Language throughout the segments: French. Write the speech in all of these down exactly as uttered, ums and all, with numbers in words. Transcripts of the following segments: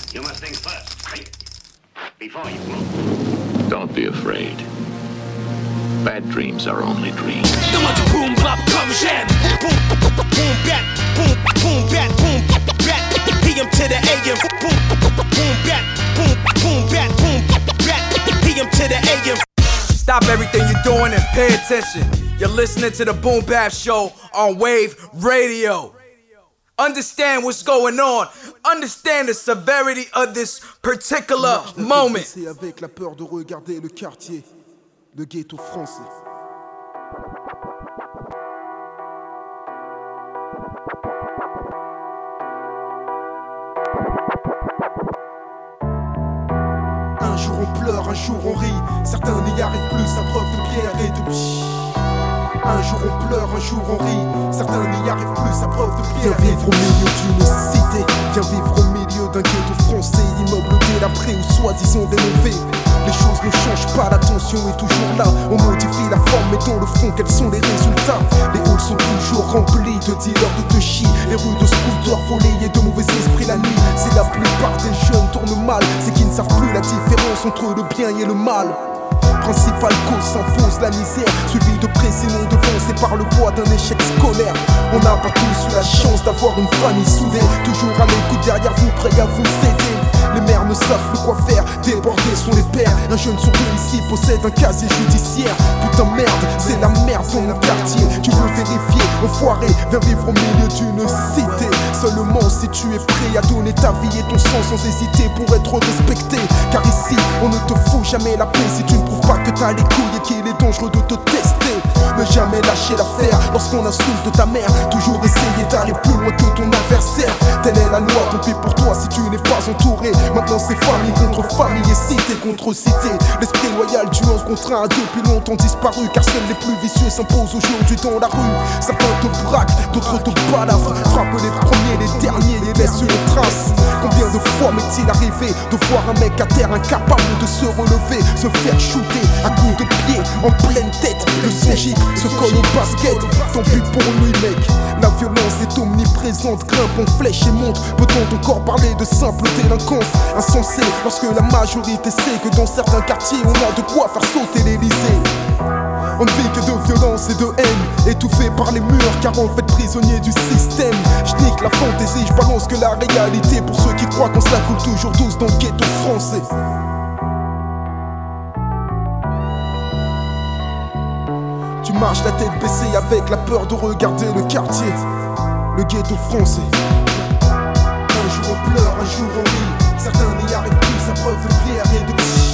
You must think first, right? Before you move. Don't be afraid. Bad dreams are only dreams. Demande du boom bap comme j'aime. Boom, boom, bat, boom, boom, bat, boom, bat. P M to the A M. Boom, boom, bat, boom, boom, bat, boom, bat. P M to the A M. Stop everything you're doing and pay attention. You're listening to the Boom Bap Show on Wave Radio. Understand what's going on. Understand the severity of this particular moment. C'est avec la peur de regarder le quartier, le ghetto français. Un jour on pleure, un jour on rit. Certains n'y arrivent plus à preuve de pierre et de pchit. Un jour on pleure, un jour on rit. Certains n'y arrivent plus à preuve de pierre. Viens vivre au milieu d'une cité. Viens vivre au milieu d'un ghetto français. Immeuble délabré ou soi-disant rénové. Les choses ne changent pas, l'attention est toujours là. On modifie la forme mais dans le fond quels sont les résultats? Les halls sont toujours remplis de dealers de touchy. Les rues de scooters volés et de mauvais esprits la nuit. C'est la plupart des jeunes tournent mal. C'est qu'ils ne savent plus la différence entre le bien et le mal. Principale cause s'impose la misère, suivi de près sinon devancé par le poids d'un échec scolaire. On n'a pas tous eu la chance d'avoir une famille soudée, toujours à l'écoute derrière vous, prêts à vous aider. Les mères ne savent plus quoi faire, débordés sont les pères. Un jeune sur deux ici possède un casier judiciaire. Putain merde, c'est la merde dans mon quartier. Tu veux vérifier, enfoiré, viens vivre au milieu d'une cité. Seulement si tu es prêt à donner ta vie et ton sang sans hésiter pour être respecté. Car ici, on ne te fout jamais la paix si tu ne prouves pas que t'as les couilles et qu'il est dangereux de te tester. Ne jamais lâcher l'affaire lorsqu'on insulte ta mère. Toujours essayer d'aller plus loin que ton adversaire. Telle est la loi, tant pis pour toi si tu n'es pas entouré. Maintenant c'est famille contre famille et cité contre cité. L'esprit loyal du un contre un a depuis longtemps disparu. Car seuls les plus vicieux s'imposent aujourd'hui dans la rue. Certains te braquent, d'autres te balafrent. Frappent les premiers, les derniers et laissent une trace. Combien de fois m'est-il arrivé de voir un mec à terre incapable de se relever, se faire shooter à coups de pied en pleine tête. Le C J se colle au basket. Tant pis pour lui mec. La violence est omniprésente, grimpe en flèche et monte. Peut-on encore parler de simple délinquance insensée lorsque la majorité sait que dans certains quartiers on a de quoi faire sauter l'Elysée? On ne vit que de violence et de haine, étouffé par les murs car on fait prisonnier du système. J'nique la fantaisie, j'balance que la réalité pour ceux qui croient qu'on se la coule toujours douce dans le ghetto français. Tu marches la tête baissée avec la peur de regarder le quartier, le ghetto français. Un jour on pleure, un jour on rit. Certains n'y arrivent plus à preuve de pierre et de pchit.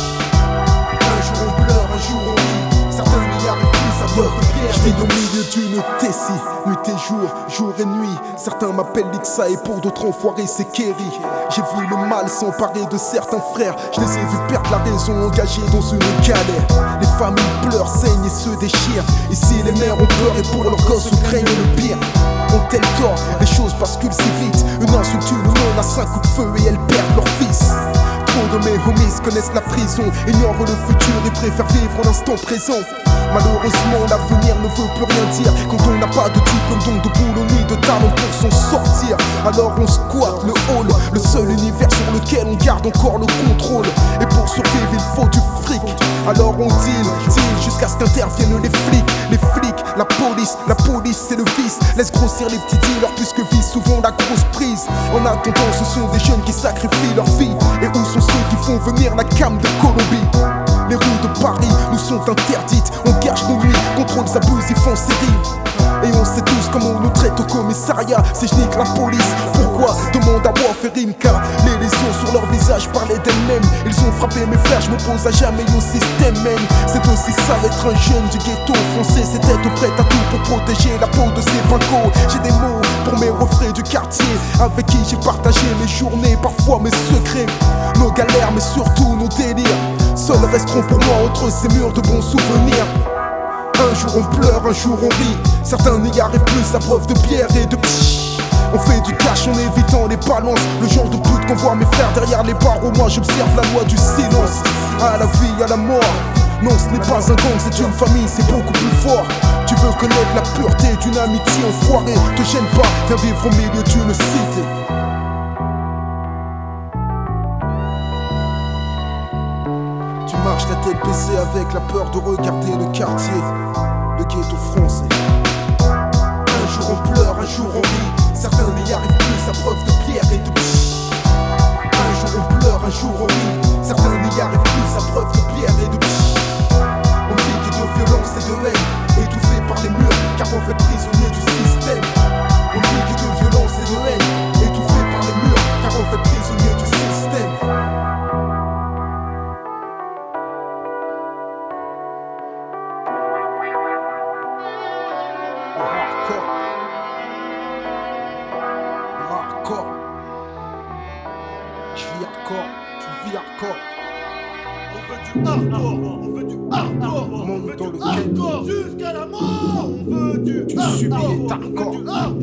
Un jour on pleure, un jour on rit. Certains n'y arrivent plus à preuve de pierre. Je vis au milieu d'une Tessie, nuit et jour, jour et nuit. Certains m'appellent Lixa et pour d'autres enfoirés c'est Kerry. J'ai vu le mal s'emparer de certains frères. Je les ai vus perdre la raison, engagés dans une galère. Les familles pleurent, saignent et se déchirent. Ici les mères ont peur et pour leurs gosses on craignent le pire. Ont-elles tort? Les choses basculent si vite. Une insulte, une menace, un coup de feu et elles perdent leur fils. Trop de mes homies connaissent la prison, ignorent le futur et préfèrent vivre l'instant présent. Malheureusement l'avenir ne veut plus rien dire quand on n'a pas de diplôme, donc de boulot ni de talent pour s'en sortir. Alors on squatte le hall, le seul univers sur lequel on garde encore le contrôle. Et pour survivre il faut du fric. Alors on deal, deal jusqu'à ce qu'interviennent les flics. Les flics, la police, la police c'est le vice. Laisse grossir les petits dealers puisque vise souvent la grosse prise. En attendant ce sont des jeunes qui sacrifient leur vie. Et où sont ceux qui font venir la cam de Colombie? Les rues de Paris nous sont interdites. On gâche nos nuits, contrôles abusifs en série. Et on sait tous comment on nous traite au commissariat. Si je nique la police, pourquoi? Demande à Wolf et Rimka. Les lésions sur leur visage parlaient d'elles-mêmes. Ils ont frappé mes frères, je m'oppose à jamais au système même. C'est aussi ça d'être un jeune du ghetto français. C'est être prêt à tout pour protéger la peau de ses pincos. J'ai des mots pour mes refrains du quartier, avec qui j'ai partagé mes journées, parfois mes secrets. Nos galères mais surtout nos délires. Seuls resteront pour moi entre ces murs de bons souvenirs. Un jour on pleure, un jour on rit. Certains n'y arrivent plus à preuve de pierre et de pchit. On fait du cash en évitant les balances. Le genre de pute qu'on voit mes frères derrière les barreaux. Moi j'observe la loi du silence. À la vie, à la mort. Non ce n'est pas un gang, c'est une famille, c'est beaucoup plus fort. Tu veux connaître la pureté d'une amitié enfoirée? Te gêne pas, viens vivre au milieu d'une cité. baiser avec la peur de regarder le quartier, le ghetto français. Un jour on pleure, un jour on rit, certains n'y arrivent plus à preuve de pierre et de pche. Un jour on pleure, un jour on rit, certains n'y arrivent plus à preuve de pierre et de pche. On vit que de violence et de haine, étouffés par les murs, car on fait prisonnier du système. On vit que de violence et de haine, étouffés par les murs, car on fait prisonnier du système. Monte dans le hardcore jusqu'à la mort. On veut du tu subis et hardcore.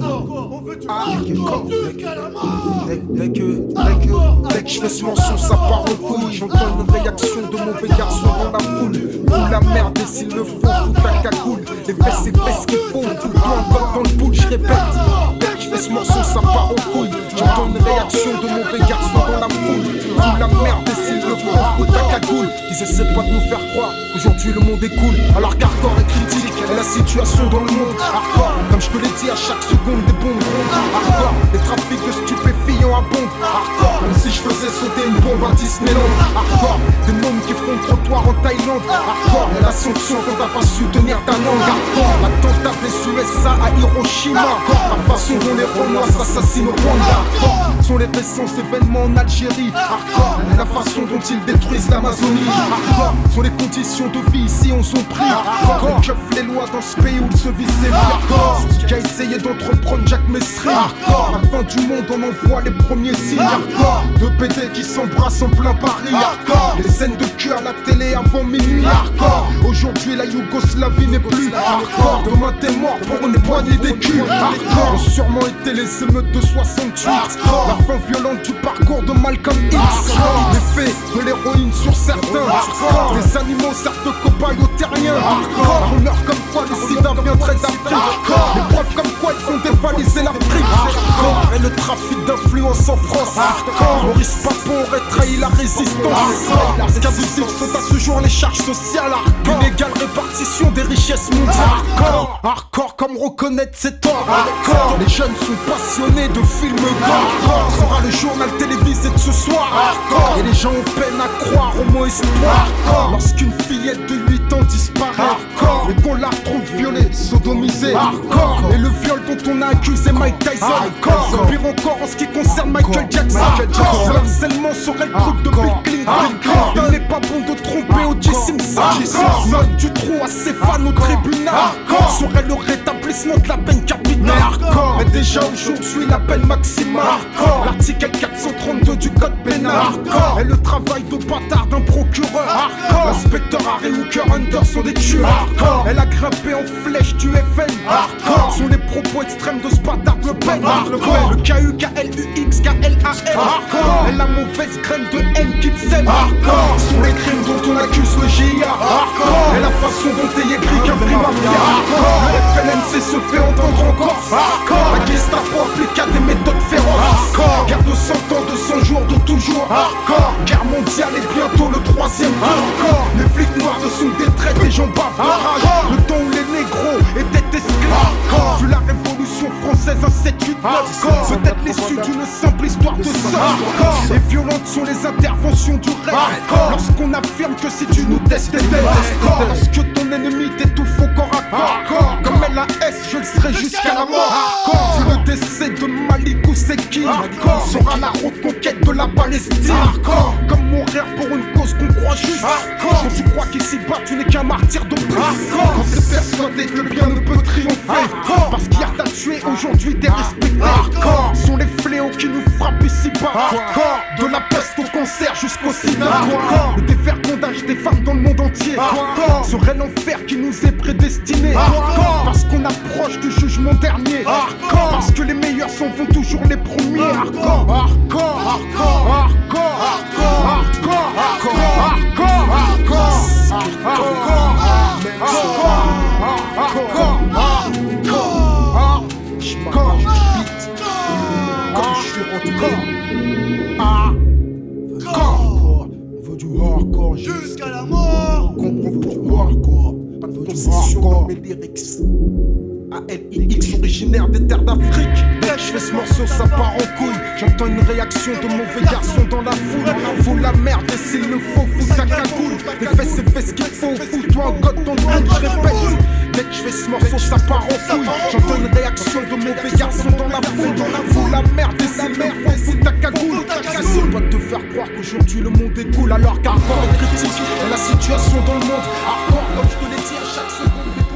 On veut du hardcore jusqu'à la mort. Dès que, dès que, dès que je fais ce morceau, ça part en couille. J'entends une réaction de mauvais garçon dans la foule. Ou la merde et s'il le faut, tout ta cagoule. Les fesses c'est fesses qu'il faut, tout le temps encore dans le boule, je répète. Dès que je fais ce morceau, ça part en couille. J'entends une réaction de mauvais garçon dans la foule. Ou la merde et s'il le faut, tout ta cagoule. Ils essaient pas de nous faire croire qu'aujourd'hui le monde est cool. Alors qu'hardcore est critique et la situation dans le monde. Hardcore, comme je te l'ai dit à chaque seconde des bombes rondes. Hardcore, les trafics de stupéfiants abondent. Hardcore, comme si je faisais sauter une bombe à Disneyland. Hardcore, des mômes qui font le trottoir en Thaïlande. Hardcore, et la sanction quand t'as pas su tenir ta langue. Hardcore, l'attentat des U S A à Hiroshima. Hardcore, la façon dont les Renois s'assassinent au Rwanda. Hardcore, sont les récents événements en Algérie. Hardcore, et la façon dont ils détruisent l'Amazonie. Hardcore, sont les conditions de vie ici on s'en prie. Hardcore, on chauffe les lois dans ce pays où il se vit ses vies. Hardcore, ce qui a essayé d'entreprendre Jacques Messry. Hardcore, la fin du monde on envoie les premiers signes. Hardcore, deux P D qui s'embrassent en plein Paris. Hardcore, les scènes de cul à la télé avant minuit. Hardcore, aujourd'hui la Yougoslavie n'est plus. Hardcore, demain t'es mort pour une poignée d'écus. Hardcore, ont sûrement été les émeutes de soixante-huit. Hardcore, la fin violente du parcours de Malcolm X. L'effet de l'héroïne sur certains. Hardcore, les animaux servent de cobayes aux terriens. Hardcore, la rumeur comme quoi le sida viendrait d'Afrique. Les preuves comme quoi ils font dévaliser l'Afrique. Hardcore, et le trafic d'influence en France. Hardcore, Maurice Papon aurait trahi la résistance. Parce qu'abusifs sont à ce jour les charges sociales. Hardcore, inégale répartition des richesses mondiales. Hardcore, hardcore comme reconnaître ses torts. Hardcore, les jeunes sont passionnés de films gore. Hardcore, sera le journal télévisé de ce soir. Hardcore, et les gens ont peine à croire au mot espoir. Hardcore, lorsqu'une fillette de huit ans disparaît. Hardcore, et qu'on la retrouve violée, sodomisée. Hardcore, et le viol dont on a accusé Mike Tyson. Hardcore, pire encore en ce qui concerne Michael Jackson. Hardcore, le harcèlement serait le truc de Bill Clinton. Hardcore, il n'est pas bon de tromper O J Simpson. Note du trou à ses fans au tribunal. Hardcore, serait le rétablissement de la peine capitale. Hardcore, mais déjà aujourd'hui la peine maximale. Hardcore, l'article quatre cent trente-deux du code pénal. Hardcore, et le travail de bâtard d'un procureur. Hardcore, l'inspecteur Harry Hooker Hunter sont des tueurs. Hardcore, elle a grimpé en flèche du F N. Hardcore, sont les propos extrêmes de ce bâtard Le Pen. Hardcore, le K U K L U X K L A N. Hardcore, et la mauvaise graine de haine qui te sème. Hardcore, sont les crimes dont on accuse le G I A. Hardcore, et la façon dont est écrit qu'un prix mafia. Hardcore, le F L N C se fait entendre en Corse. Hardcore, la Gestapo applique à des méthodes féroces. Hardcore, guerre de cent ans, de cent jours, de toujours. Hardcore, guerre mondiale et bientôt le troisième tour. Hardcore, les flics noirs ne sont des traîtres et j'en bave de rage. Le temps où les négros étaient esclaves. Hardcore, vu la révolution française un sept huit neuf. Peut-être l'issue d'une simple histoire de sang. Et violentes sont les interventions du rêve. Lorsqu'on affirme que si tu nous testes, t'es dead. Lorsque ton ennemi t'étouffe au corps à corps. Comme L A S, je le serai jusqu'à la mort. Vu le décès de Malik Ousekine, sera la reconquête de la Palestine. Comme mourir pour une cause qu'on croit juste. Quand tu crois qu'ici bas tu n'es qu'un martyr de plus. Quand t'es persuadé que le bien ne peut triompher. Parce qu'hier t'as tué, aujourd'hui t'es respecté. Sont les fléaux qui nous frappent ici bas. De la peste au cancer jusqu'au sida. Le dévergondage des femmes dans le monde entier serait l'enfer qui nous est prédestiné. Parce qu'on approche du jugement dernier. Parce que les meilleurs s'en vont toujours les premiers. Hardcore, hardcore, hardcore, hardcore, hardcore, hardcore, hardcore, hardcore, hardcore, hardcore, hardcore. Quand je beat, quand je suis hardcore, hardcore, on veut du hardcore jusqu'à la mort. hardcore. Pas de concession dans mes lyrics. A L I X, originaire des terres d'Afrique. Dès que je fais ce morceau, ça part en couille. J'entends une réaction de mauvais garçons dans la foule. Faut la merde et s'il le faut, fous ta cagoule. Les fesses, c'est fait ce qu'il faut. Fous-toi en god dans le monde, je répète. Dès que je fais ce morceau, ça part en couille. J'entends une réaction de mauvais garçons dans la foule. Faut la merde et s'il le faut, fous ta cagoule. J'essaie pas de te faire croire qu'aujourd'hui le monde est cool alors qu'hardcore est critique. Dans la situation dans le monde, hardcore comme je te l'ai dit à chaque seconde.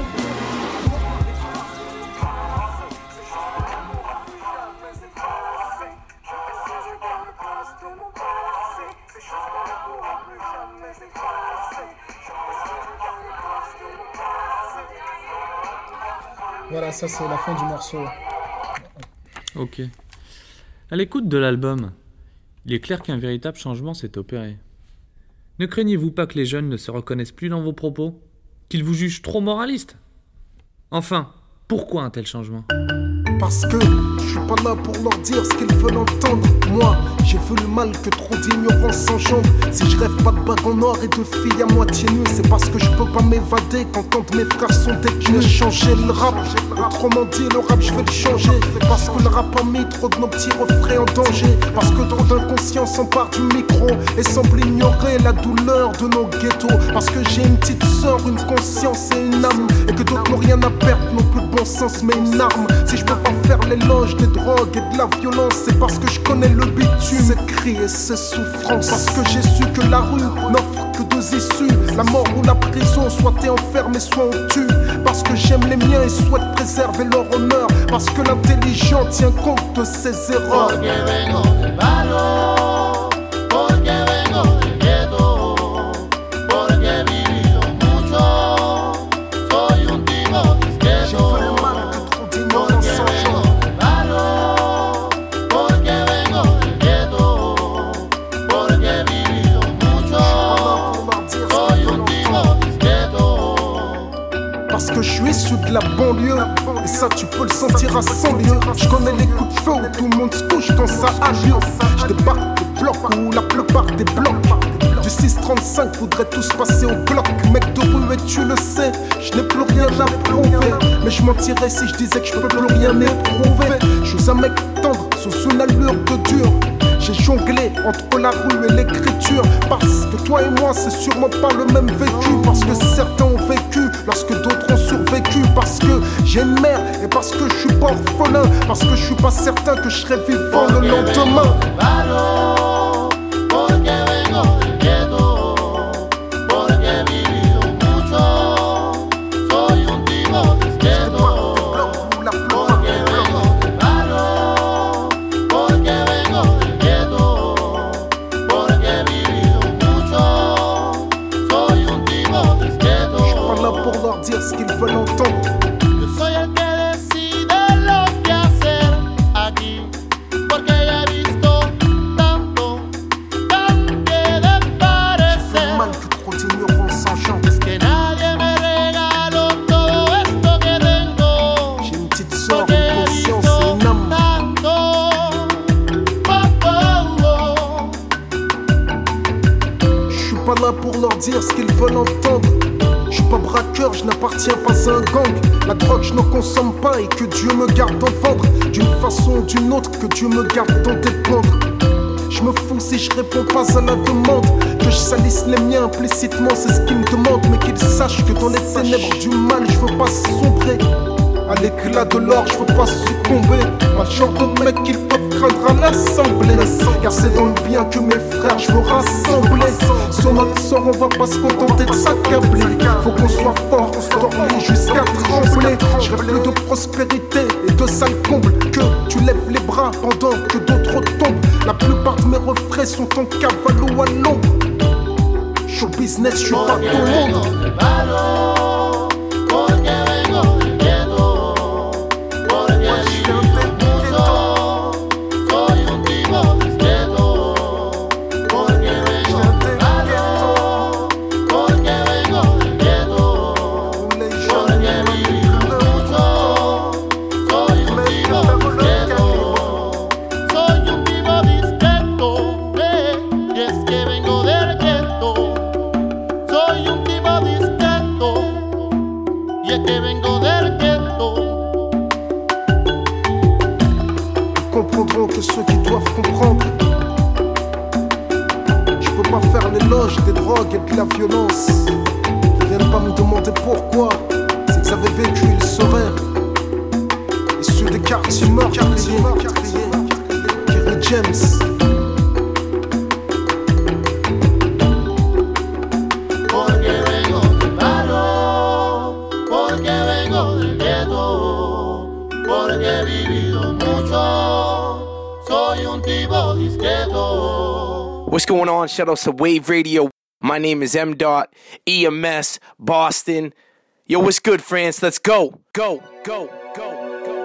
Voilà, ça c'est la fin du morceau. Ok. À l'écoute de l'album, il est clair qu'un véritable changement s'est opéré. Ne craignez-vous pas que les jeunes ne se reconnaissent plus dans vos propos ? Qu'ils vous jugent trop moraliste ? Enfin, pourquoi un tel changement ? Parce que je suis pas là pour leur dire ce qu'ils veulent entendre. Moi, j'ai vu le mal que trop d'ignorance engendre. Si je rêve pas de bague en or et de filles à moitié nues, c'est parce que je peux pas m'évader quand tant de mes frères sont détenus. J'ai changé le rap, autrement dit le rap je vais le changer. C'est parce que le rap a mis trop de nos petits refrains en danger. Parce que trop d'inconscients s'emparent du micro et semblent ignorer la douleur de nos ghettos. Parce que j'ai une petite sœur, une conscience et une âme, et que d'autres n'ont rien à perdre, n'ont plus de bon sens mais une arme. Si je peux pas faire l'éloge des drogues et de la violence, c'est parce que je connais le bitume, ses cris et ses souffrances. Parce que j'ai su que la rue n'offre que deux issues, la mort ou la prison. Soit t'es enfermé, soit on tue. Parce que j'aime les miens et souhaite préserver leur honneur. Parce que l'intelligent tient compte de ses erreurs. Parce que je suis issu de la banlieue, et ça tu peux le sentir à cent lieues. Je connais les coups de feu où tout le monde se couche quand ça a lieu. Je débarque des blocs où la plupart des blocs du six trente-cinq voudraient tous passer au bloc. Mec de rue et tu le sais, je n'ai plus rien à prouver. Mais je mentirais si je disais que je peux plus rien éprouver. Je suis un mec tendre, sous une allure de dur. J'ai jonglé entre la rue et l'écriture. Parce que toi et moi c'est sûrement pas le même vécu. Parce que certains ont vécu lorsque d'autres ont survécu. Parce que j'ai une mère et parce que je suis pas orphelin. Parce que je suis pas certain que je serai vivant le lendemain. Dire ce qu'ils veulent entendre. Yo soy el que decide lo que hacer aquí, porque ya he visto tanto, cambie de parecer. Mal que trop d'ignorance engendre. Es que nadie me regaló todo esto que tengo. J'ai une petite soeur, une conscience et une âme. Tanto, oh, oh, oh. Je suis pas là pour leur dire ce qu'ils veulent entendre. Je suis pas braqueur, je n'appartiens pas à un gang. La drogue je ne consomme pas et que Dieu me garde d'en vendre. D'une façon ou d'une autre, que Dieu me garde d'en dépendre. Je me fous si je réponds pas à la demande. Que je salisse les miens implicitement, c'est ce qu'ils me demandent. Mais qu'ils sachent que dans les ténèbres du mal, je veux pas sombrer. À l'éclat de l'or, je veux pas succomber. Pas le genre de mec qu'ils peuvent craindre à l'assemblée. Car c'est dans le bien que mes frères je veux rassembler. Sur notre sort on va pas se contenter de s'accabler. Faut qu'on soit fort, dormir jusqu'à trembler. Je rêve plus de prospérité et de sales combles. Que tu lèves les bras pendant que d'autres tombent. La plupart de mes refrains sont en cavale ou à l'ombre. Show business, je suis pas ton monde. Soy un tipo discreto, doivent comprendre. Je peux pas faire l'éloge des drogues et de la violence. Ils viennent pas me demander pourquoi. S'ils avaient vécu, ils sauraient. Issus des quartiers meurtriers, Kerry James. What's going on? Shout out to Wave Radio. My name is M. Dot, E M S, Boston. Yo, what's good, France? Let's go. Go, go, go, go.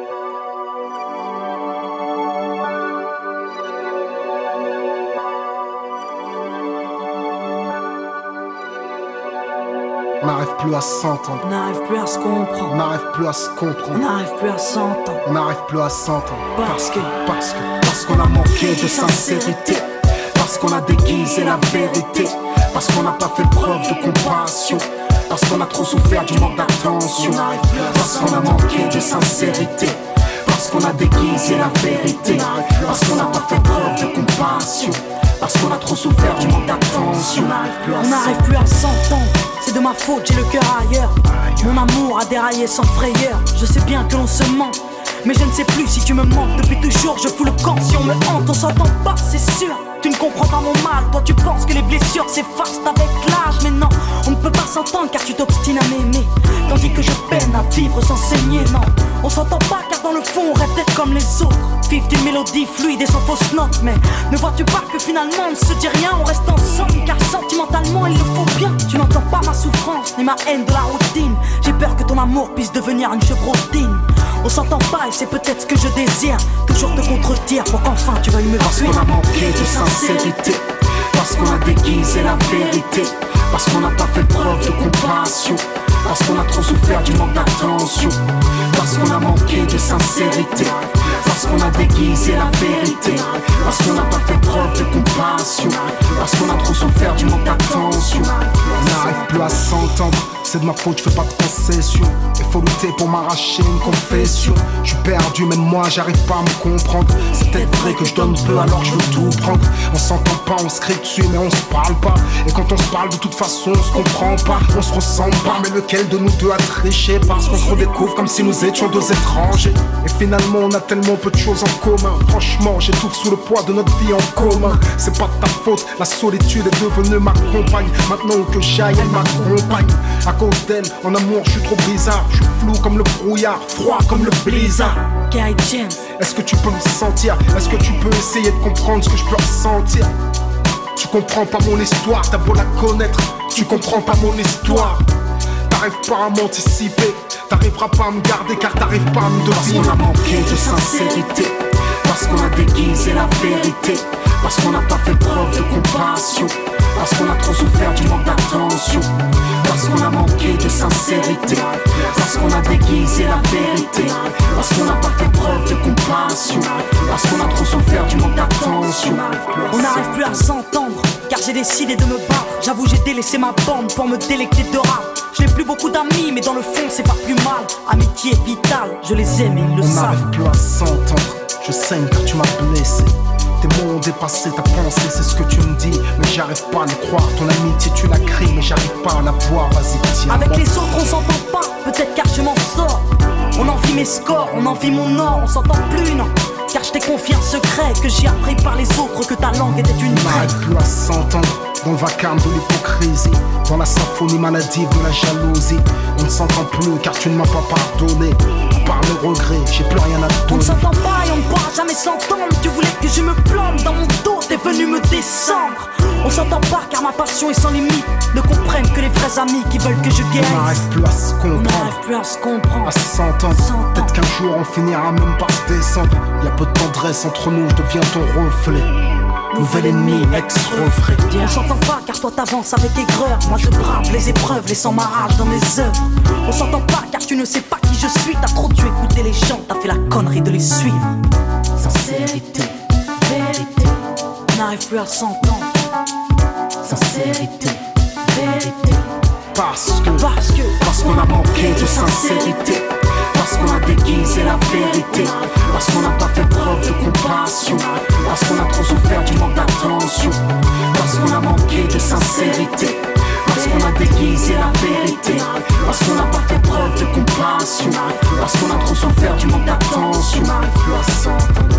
On n'arrive plus à s'entendre. On n'arrive plus à se comprendre. On n'arrive plus à se comprendre. On n'arrive plus à s'entendre. On n'arrive plus à s'entendre. Parce que, parce que, parce qu'on a manqué de sincérité. Parce qu'on a déguisé la vérité. Parce qu'on n'a pas fait preuve de compassion. Parce qu'on a trop souffert du manque d'attention. Parce qu'on a manqué de sincérité. Parce qu'on a déguisé la vérité. Parce qu'on n'a pas fait preuve de compassion. Parce qu'on a trop souffert du manque d'attention. On n'arrive plus à s'entendre. C'est de ma faute, j'ai le cœur ailleurs. Mon amour a déraillé sans frayeur. Je sais bien que l'on se ment, mais je ne sais plus si tu me manques. Depuis toujours je fous le camp. Si on me hante, on s'entend pas, c'est sûr. Tu ne comprends pas mon mal. Toi tu penses que les blessures s'effacent avec l'âge. Mais non, on ne peut pas s'entendre car tu t'obstines à m'aimer. Tandis que je peine à vivre sans saigner. Non, on s'entend pas car dans le fond on rêve d'être comme les autres. Vivre d'une mélodie fluide et sans fausse note. Mais ne vois-tu pas que finalement on ne se dit rien. On reste ensemble car sentimentalement il le faut bien. Tu n'entends pas ma souffrance ni ma haine de la routine. J'ai peur que ton amour puisse devenir une chevrotine. On s'entend pas et c'est peut-être ce que je désire. Toujours te contredire pour qu'enfin tu veuilles me Parce fuir. qu'on a manqué de sincérité. Parce qu'on a déguisé la vérité. Parce qu'on n'a pas fait preuve de compassion. Parce qu'on a trop souffert du manque d'attention. Parce qu'on a manqué de sincérité. Parce qu'on a déguisé la vérité. Parce qu'on n'a pas fait preuve de compassion. Parce qu'on a trop souffert du manque d'attention. On n'arrive plus à s'entendre. C'est de ma faute, je fais pas de concession. Il faut lutter pour m'arracher une confession. Je suis perdu, même moi j'arrive pas à me comprendre. C'est peut-être vrai que je donne peu alors je veux tout prendre. On s'entend pas, on se crie dessus mais on se parle pas. Et quand on se parle de toute façon on se comprend pas. On se ressemble pas, mais lequel de nous deux a triché? Parce qu'on se redécouvre comme si nous étions deux étrangers. Et finalement on a tellement peu de choses en commun. Franchement j'étouffe sous le poids de notre vie en commun. C'est pas de ta faute, la solitude est devenue ma compagne. Maintenant que j'aille elle m'accompagne. À cause d'elle, en amour je suis trop bizarre. Je suis flou comme le brouillard, froid comme le blizzard. Kerry James, est-ce que tu peux me sentir? Est-ce que tu peux essayer de comprendre ce que je peux ressentir? Tu comprends pas mon histoire, t'as beau la connaître. Tu comprends pas mon histoire. T'arrives pas à m'anticiper. T'arriveras pas à me garder car t'arrives pas à me deviner. Parce qu'on a manqué de sincérité. Parce qu'on a déguisé la vérité. Parce qu'on n'a pas fait preuve de compassion. Parce qu'on a trop souffert du manque d'attention. Parce qu'on a manqué de sincérité. Parce qu'on a déguisé la vérité. Parce qu'on n'a pas fait preuve de compassion. Parce qu'on a trop souffert du manque d'attention. on n'arrive plus à s'entendre car j'ai décidé de me battre. J'avoue j'ai délaissé ma bande pour me délecter de rap. Je n'ai plus beaucoup d'amis mais dans le fond c'est pas plus mal. Amitié vitale, je les aime et ils le On savent. n'arrive plus à s'entendre. Je saigne car tu m'as blessé. Tes mots ont dépassé ta pensée, c'est ce que tu me dis. Mais j'arrive pas à le croire, ton amitié tu la cries. Mais j'arrive pas à la voir, vas-y tiens. Avec les autres on s'entend pas, peut-être car je m'en sors. On envie mes scores, on envie mon or, on s'entend plus non. Car je t'ai confié un secret que j'ai appris par les autres. Que ta langue était une On traite. n'arrive plus à s'entendre. Dans le vacarme de l'hypocrisie. Dans la symphonie maladive de la jalousie. On ne s'entend plus car tu ne m'as pas pardonné. Par le regret, j'ai plus rien à te On ne donner. s'entend pas et on ne pourra jamais s'entendre. Tu voulais que je me plante dans mon dos, t'es venu me descendre. On s'entend pas car ma passion est sans limite. Ne comprennent que les vrais amis qui veulent que je On guérisse. n'arrive plus à se On comprendre. n'arrive plus à se comprendre. À s'entendre. S'entendre. Peut-être qu'un jour on finira même par se descendre. Y'a peu de tendresse entre nous, je deviens ton reflet. Nouvel ennemi, ex-refrain. On s'entend pas car toi t'avances avec aigreur. Moi je brave les épreuves, laissant ma rage dans mes œuvres. On s'entend pas car tu ne sais pas qui je suis. T'as trop dû écouter les gens, t'as fait la connerie de les suivre. Sincérité, Vérité, on n'arrive plus à s'entendre. sincérité, vérité. Parce que, Parce que parce qu'on a manqué de sincérité. Parce Parce qu'on a déguisé la vérité, parce qu'on n'a pas fait preuve de compassion, parce qu'on a trop souffert du manque d'attention, parce qu'on a manqué de sincérité, parce qu'on a déguisé la vérité, parce qu'on n'a pas fait preuve de compassion, parce qu'on a trop souffert du manque d'attention. On n'arrive plus à s'entendre.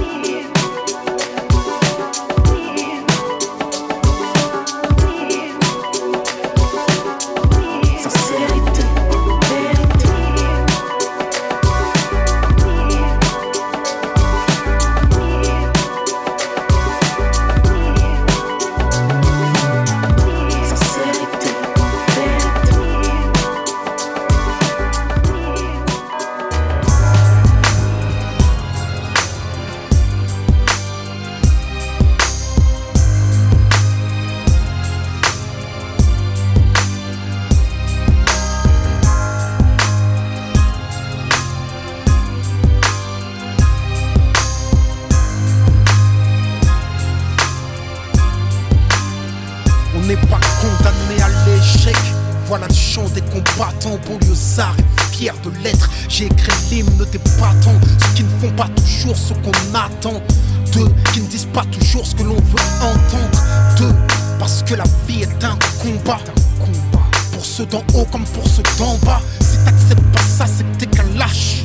Banlieusards et fier de l'être. J'ai écrit l'hymne des battants, ceux qui ne font pas toujours ce qu'on attend d'eux, qui ne disent pas toujours ce que l'on veut entendre d'eux, parce que la vie est un combat, pour ceux d'en haut comme pour ceux d'en bas. Si t'acceptes pas ça, c'est que t'es qu'un lâche.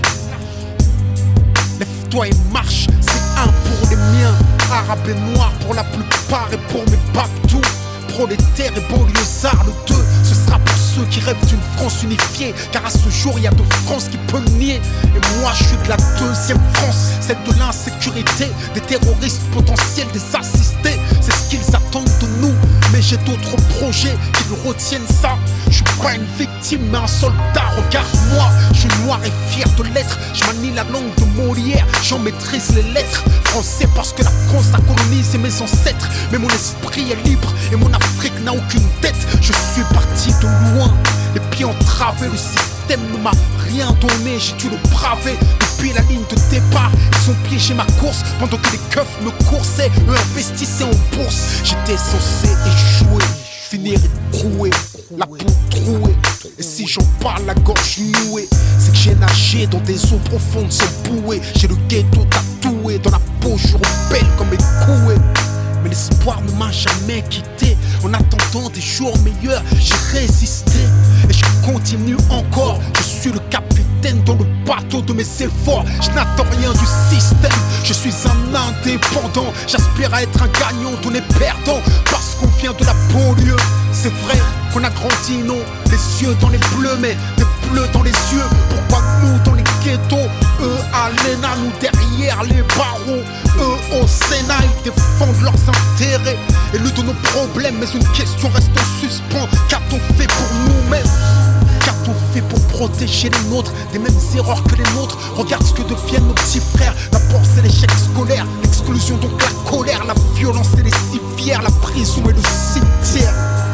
Lève-toi et marche, c'est un pour les miens, arabes et noirs pour la plupart et pour mes babtous. Prolétaires et banlieusards, le deux, ce sera pour ceux qui rêvent d'une France unifiée. Car à ce jour, il y a deux France qui peuvent nier. Et moi, je suis de la deuxième France, celle de l'insécurité, des terroristes potentiels, des assistés. C'est ce qu'ils attendent de nous, mais j'ai d'autres projets qui nous retiennent ça. Je suis pas une victime, mais un soldat, regarde-moi. Je suis noir et fier de l'être, je manie la langue de Molière, j'en maîtrise les lettres. Français parce que la France a colonisé mes ancêtres, mais mon esprit est libre et mon Afrique n'a aucune tête. Je suis parti de loin, les pieds entravés, le système ne m'a rien donné, j'ai dû le braver. Depuis la ligne de départ, ils ont piégé ma course pendant que les keufs me coursaient, eux investissaient en bourse. J'étais censé échouer, finir écroué, la peau trouée. Et si j'en parle la gorge nouée, c'est que j'ai nagé dans des eaux profondes sans bouée. J'ai le ghetto tatoué dans la peau, je rebelle comme écoué. Mais l'espoir ne m'a jamais quitté. En attendant des jours meilleurs, j'ai résisté. Et je continue encore. Je suis le capitaine dans le bateau de mes efforts. Je n'attends rien du système. Je suis un indépendant. J'aspire à être un gagnant, on est perdant. Parce qu'on vient de la banlieue. C'est vrai qu'on a grandi, non, les yeux dans les bleus, mais des bleus dans les yeux. Pourquoi nous dans les ghettos, eux à l'E N A, nous derrière les barreaux, eux au Sénat, ils défendent leurs intérêts et le de nos problèmes. Mais une question reste en suspens, qu'a-t-on fait pour nous-mêmes? Qu'a-t-on fait pour protéger les nôtres des mêmes erreurs que les nôtres? Regarde ce que deviennent nos petits frères. D'abord c'est l'échec scolaire, l'exclusion donc la colère, la violence et les civières, la prison et le cimetière.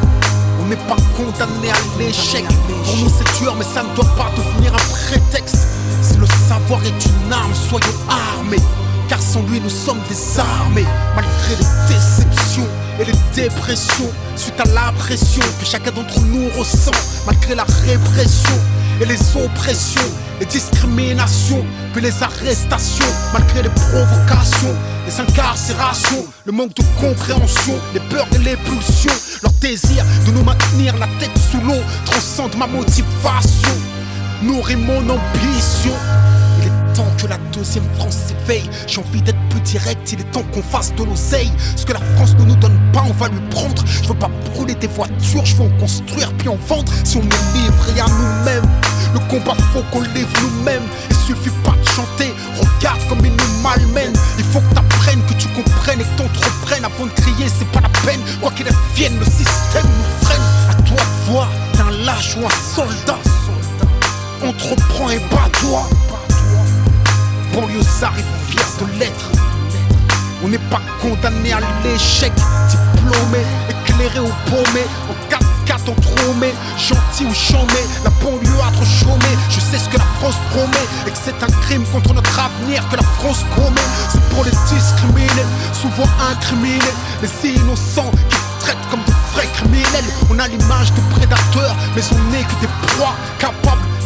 On n'est pas condamné à l'échec. Pour nous c'est dur mais ça ne doit pas devenir un prétexte. Si le savoir est une arme, soyons armés, car sans lui nous sommes désarmés. Malgré les déceptions et les dépressions, suite à la pression que chacun d'entre nous ressent, malgré la répression et les oppressions, les discriminations, puis les arrestations, malgré les provocations, les incarcérations, le manque de compréhension, les peurs et les pulsions, leur désir de nous maintenir la tête sous l'eau transcende ma motivation, nourrit mon ambition. Il est temps que la deuxième France s'éveille. J'ai envie d'être plus direct, il est temps qu'on fasse de l'oseille. Ce que la France ne nous donne pas, on va lui prendre. Je veux pas brûler des voitures, je veux en construire puis en vendre. Si on est livré à nous-mêmes, le combat faut qu'on livre nous-mêmes. Il suffit pas de chanter, regarde comme ils nous malmènent. Il faut que t'apprennes, que tu comprennes et que t'entreprennes. Avant de crier, c'est pas la peine. Quoi qu'il advienne, le système nous freine. À toi de voir, t'es un lâche ou un soldat. Entreprends et bats-toi. Banlieusard et fier de l'être. On n'est pas condamné à l'échec. Diplômé, éclairé ou paumé, en quatre quatre entrômé, gentil ou chômé, la banlieue a trop chômé. Je sais ce que la France promet et que c'est un crime contre notre avenir que la France commet. C'est pour les discriminer, souvent incriminés, les innocents qui traitent comme de vrais criminels. On a l'image de prédateurs, mais on n'est que des proies capables d'écouter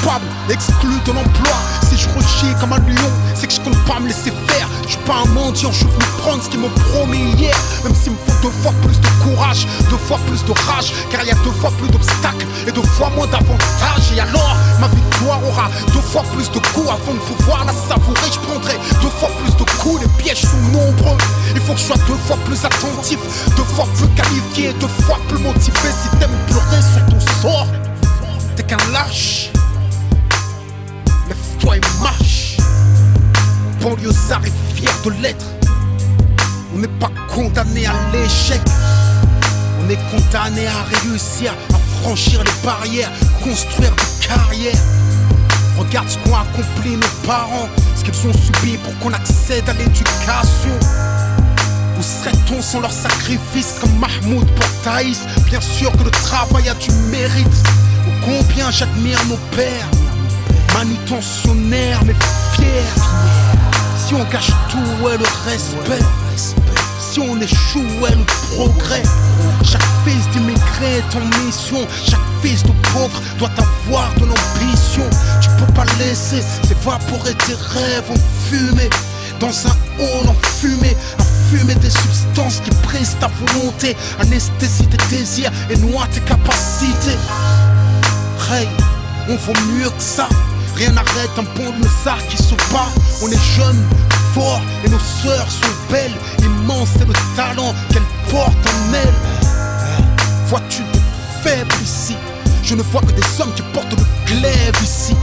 coupable, exclu de l'emploi. Si je rechie comme un lion, c'est que je compte pas me laisser faire. Je suis pas un mendiant, je veux prendre ce qu'ils m'ont promis hier. Même s'il me faut deux fois plus de courage, deux fois plus de rage, car il y a deux fois plus d'obstacles et deux fois moins d'avantages. Et alors, ma victoire aura deux fois plus de coups. Avant de pouvoir la savourer, je prendrai deux fois plus de coups. Les pièges sont nombreux, il faut que je sois deux fois plus attentif, deux fois plus qualifié, deux fois plus motivé. Si t'aimes pleurer sur ton sort, t'es qu'un lâche. Lève-toi et marche. Banlieusard est fier de l'être. On n'est pas condamné à l'échec, on est condamné à réussir, à franchir les barrières, construire des carrières. Regarde ce qu'ont accompli nos parents, ce qu'ils ont subi pour qu'on accède à l'éducation. Où serait-on sans leur sacrifice comme Mahmoud pour Thaïs? Bien sûr que le travail a du mérite. Ou combien j'admire nos pères, manutentionnaires mais fiers. Si on gâche tout, ouais, le respect. Si on échoue, ouais, le progrès. Chaque fils d'immigré est en mission. Chaque fils de pauvre doit avoir de l'ambition. Tu peux pas laisser s'évaporer tes rêves en fumée. Dans un hall en fumée, à fumer des substances qui brisent ta volonté, anesthésie tes désirs et noient tes capacités. Hey, on vaut mieux que ça. Rien n'arrête un banlieusard qui se bat. On est jeunes, forts et nos sœurs sont belles. Immense est le talent qu'elles portent en elles. Vois-tu des faibles ici? Je ne vois que des hommes qui portent le glaive ici.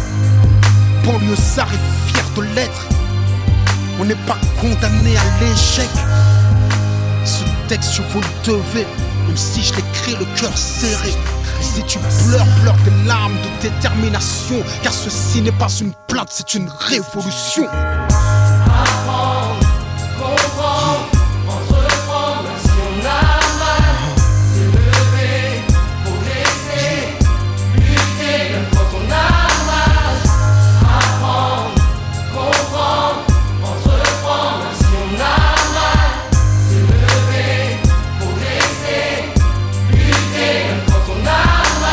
Banlieusard est fier de l'être. On n'est pas condamné à l'échec. Ce texte je vous le devais, même si je l'écris le cœur serré. Si tu pleures, pleure des larmes de détermination, car ceci n'est pas une plainte, c'est une révolution. Apprendre, comprendre, entreprendre, même si on a mal, s'élever, progresser, lutter, même quand on a mal. Apprendre, comprendre, entreprendre, même si on a mal, s'élever, progresser, lutter, même quand on a mal.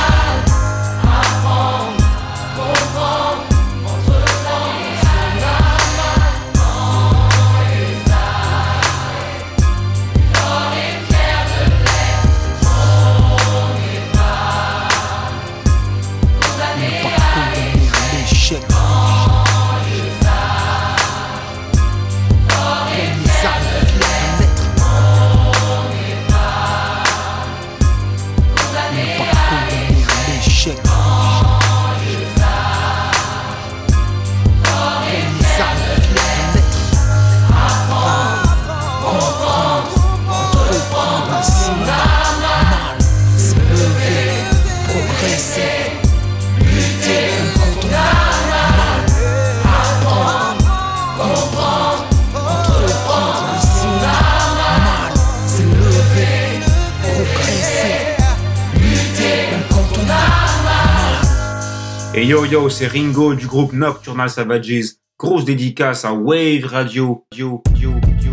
Et yo yo, c'est Ringo du groupe Nocturnal Savages. Grosse dédicace à Wave Radio. Yo, yo, yo.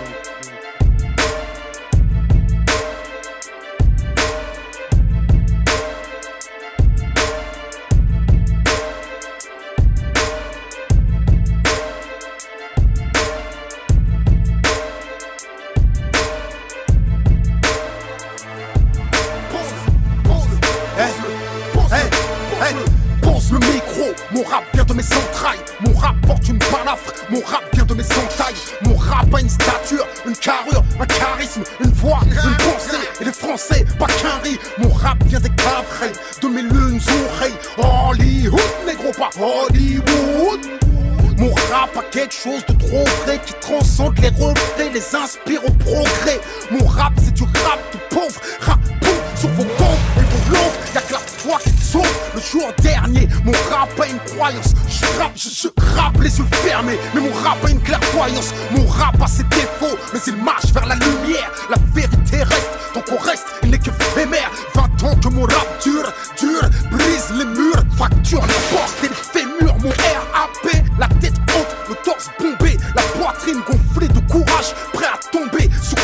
Mon rap vient de mes entrailles, mon rap porte une balafre, mon rap vient de mes entailles. Mon rap a une stature, une carrure, un charisme, une voix, une pensée. Et les Français, pas qu'un riz. Mon rap vient des cavrets, de mes lunes oreilles. Hollywood, négro, pas Hollywood. Mon rap a quelque chose de trop vrai qui transcende les refrains, les inspire au progrès. Mon rap c'est du rap de pauvre, rap boum sur vos comptes et vos langues. Y'a que la foi qui te sauve. Le jour dernier, mon rap a une croyance. Je rappe, je, je rappe les yeux fermés, mais mon rap a une clairvoyance. Mon rap a ses défauts, mais il marche vers la lumière. La vérité reste, donc on reste, il n'est que éphémère. Vingt ans que mon rap dure, dure, brise les murs, fracture les portes et les fémurs. Mon R A P, la tête haute, le torse bombé, la poitrine gonflée de courage, prêt à tomber, succomber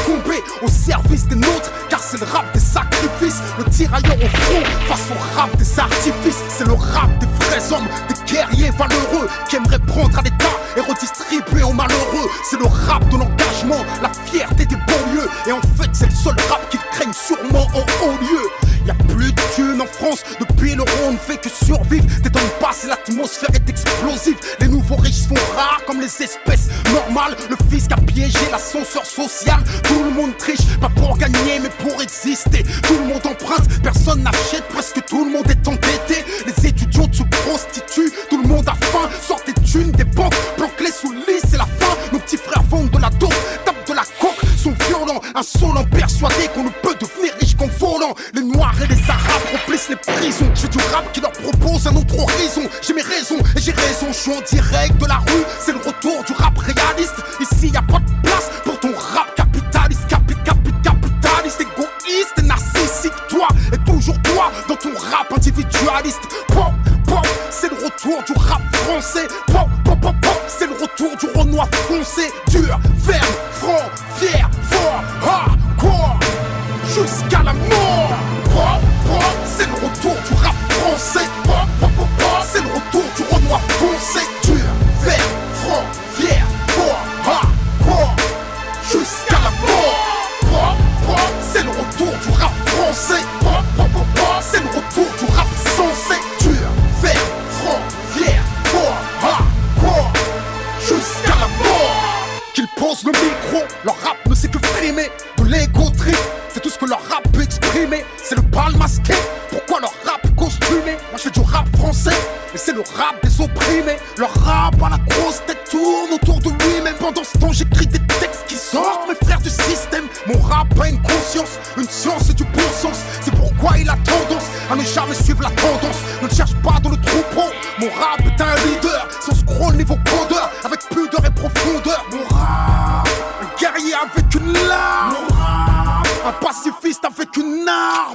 au service des nôtres, car c'est le rap des sacrifices, le tirailleur au front face au rap des artifices. C'est le rap des vrais hommes, des guerriers valeureux qui aimeraient prendre à l'état et redistribuer aux malheureux. C'est le rap de l'engagement, la fierté des banlieues. Et en fait c'est le seul rap qu'ils craignent sûrement en haut lieu. Y'a plus de thunes en France, depuis l'euro on ne fait que survivre. T'étonnes pas si l'atmosphère est explosive. Les nouveaux riches sont rares comme les espèces normales. Le fisc a piégé l'ascenseur social. Tout le monde triche, pas pour gagner mais pour exister. Tout le monde emprunte, personne n'achète, presque tout le monde est endetté. Les étudiants se prostituent, tout le monde a faim. Sortent des thunes des banques, planquent-les sous le lit, c'est la fin. Nos petits frères vendent de la dope, tapent de la coke, sont violents, insolents, persuadés qu'on ne peut devenir riche qu'en volant. Les noirs et les arabes remplissent les prisons. Je fais du rap qui leur propose un autre horizon. J'ai mes raisons et j'ai raison, je suis en direct de la rue. C'est le retour du rap réaliste. Ici y a pas de place pour ton rap capitaliste. Capi, capi, capitaliste, égoïste et narcissique. Toi et toujours toi dans ton rap individualiste. Pop, pop, c'est le retour du rap français. Pop, pop, pop, pop, c'est le retour du Renoir foncé. Dur, ferme, franc, fier, fort, hardcore, jusqu'à la mort. Pop, pop, c'est le retour du rap français. Pop, pop, pop, pop, c'est le retour du Renoir foncé. Dur, ferme, franc, fier, fort, hardcore, jusqu'à la mort. Pop, pop, c'est le retour du rap français. Pop, pop, pop, pop, c'est le retour du rap sensé. Dur, ferme, franc, fier, fort, hardcore, jusqu'à la mort. Qu'ils posent le micro, leur rap ne sait que frimer. De l'ego trip, c'est tout ce que leur rap peut exprimer. C'est le bal masqué, pourquoi leur rap costumé? Moi je fais du rap français, et c'est le rap des opprimés. Leur rap à la grosse tête tourne autour de lui-même. Pendant ce temps j'écris des textes qui sortent mes frères du système. Mon rap a une conscience, une science et du bon sens. C'est pourquoi il a tendance à ne jamais suivre la tendance. Ne le cherche pas dans le troupeau. Mon rap est un leader, sans scroll niveau codeur, avec pudeur et profondeur. Mon rap, un guerrier avec une lame. Mon rap, un pacifiste avec une arme.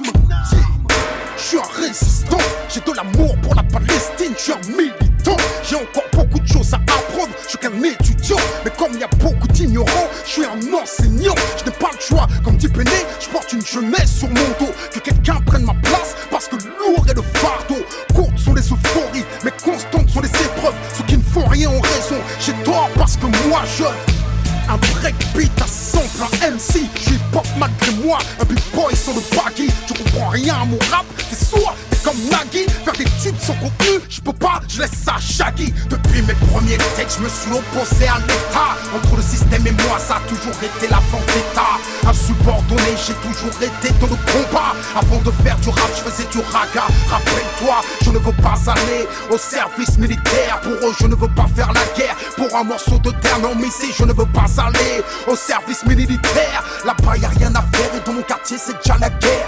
Je suis un résistant, j'ai de l'amour pour la Palestine, je suis un militant. J'ai encore beaucoup de choses à apprendre, je suis qu'un étudiant. Mais comme il y a beaucoup d'ignorants, je suis un enseignant. Je n'ai pas le choix, comme dit Péné, je porte une jeunesse sur mon dos. Que quelqu'un prenne ma place, parce que lourd est le fardeau. Courtes sont les euphories, mais constantes sont les épreuves. Ceux qui ne font rien ont raison, j'ai tort parce que moi je... Un breakbeat à sample, un M C, je suis hip-hop malgré moi. Un big boy sur le baggy, tu comprends rien à mon rap. T'es sourd, t'es comme Nagui. Faire des tubes sans contenu, je peux pas, je laisse ça à Shaggy. Depuis mes premiers textes, je me suis opposé à l'état. Entre le système et moi, ça a toujours été la vendetta. Insubordonné, j'ai toujours été dans le combat. Avant de faire du rap, je faisais du raga. Rappelle-toi, je ne veux pas aller au service militaire. Pour eux, je ne veux pas faire la guerre. Pour un morceau de terre, non mais si je ne veux pas aller au service militaire. Là-bas y'a rien à faire et dans mon quartier c'est déjà la guerre.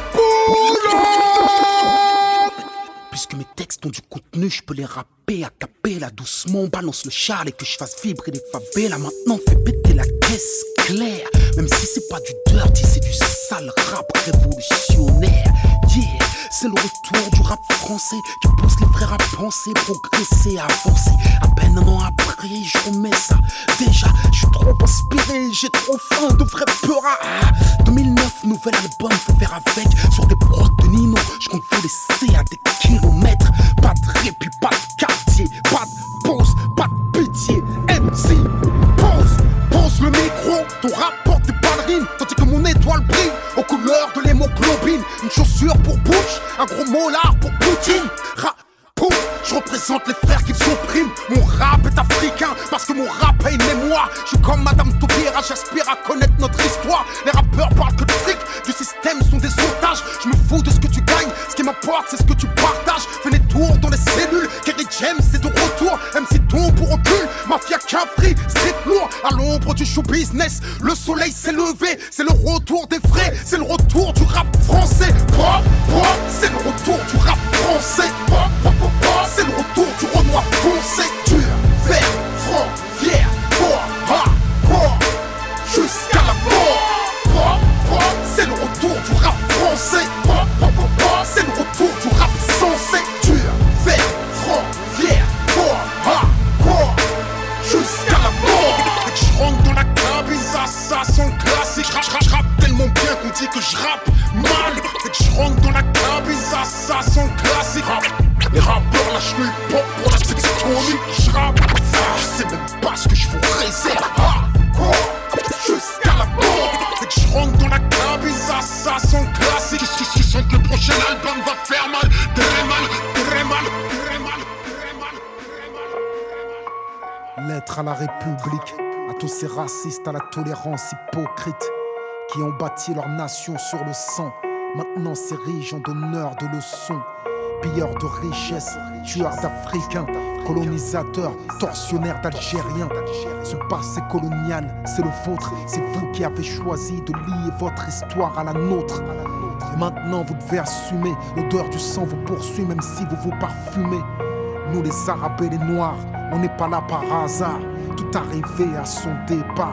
Puisque mes textes ont du contenu, je peux les rapper à cappella doucement. Balance le char et que je fasse vibrer les favelas. Maintenant fais péter la caisse claire. Même si c'est pas du dirty, c'est du sale rap révolutionnaire. Yeah, c'est le retour du rap français qui pousse les frères à penser, progresser, avancer. À peine un an après, je remets ça. Déjà, je suis trop inspiré, j'ai trop faim de vrai peur à deux mille neuf, nouvel album, faut faire avec. Sur des prods de Nino, je compte vous laisser à des kilomètres. Pas de répit, pas de quartier, pas de pause, pas de pitié. M C, pause, pose le micro, ton rap porte des ballerines, tandis que mon étoile brille aux couleurs de l'hémoglobine. Une chaussure pour Bush, un gros molar pour Poutine. Ra Je représente les frères qui s'oppriment. Mon rap est africain parce que mon rap a une mémoire. Je suis comme Madame Taubira, j'aspire à connaître notre histoire. Les rappeurs parlent que de fric, du système sont des otages. Je me fous de ce que tu gagnes, ce qui m'importe c'est ce que tu partages. Fais des tours dans les cellules, Kerry James c'est de retour. M C tombe pour recul, Mafia Capri, street lourd. À l'ombre du show business, le soleil s'est levé. C'est le retour des vrais, c'est le retour du rap français. Pop, pop, c'est le retour du rap français. Pop, pop, pop, pop, c'est le retour du Renoir foncé. Dur, vert, franc, fier, fort, hardcore, jusqu'à la mort. Pop, pop, c'est le retour du rap français. Pop, pop, pop, pop, c'est le retour du rap sensé. Dur, vert, franc, fier, fort, hardcore, jusqu'à la mort. Je rentre dans la cabine, ça, ça, son classique. Je rappe tellement on dit que je rappe mal. Fait que je rentre dans la cabine, ça, ça sent le classique. Les rappeurs lâchent le hip-hop pour la tectonique. Je rappe, je sais même pas ce que je vous réserve. Jusqu'à la mort. Fait que je rentre dans la cabine, ça, ça sent le classique. Qu'est-ce qui sent que le prochain album va faire mal? Très mal, très mal, très mal, très mal, très mal. Lettre à la République, à tous ces racistes, à la tolérance hypocrite, qui ont bâti leur nation sur le sang. Maintenant s'érigent en donneurs de leçons. Pilleurs de richesses, tueurs d'Africains, colonisateurs, tortionnaires d'Algériens. Ce passé colonial, c'est le vôtre. C'est vous qui avez choisi de lier votre histoire à la nôtre. Et maintenant vous devez assumer. L'odeur du sang vous poursuit même si vous vous parfumez. Nous les Arabes et les Noirs, on n'est pas là par hasard. Tout arrivé à son départ.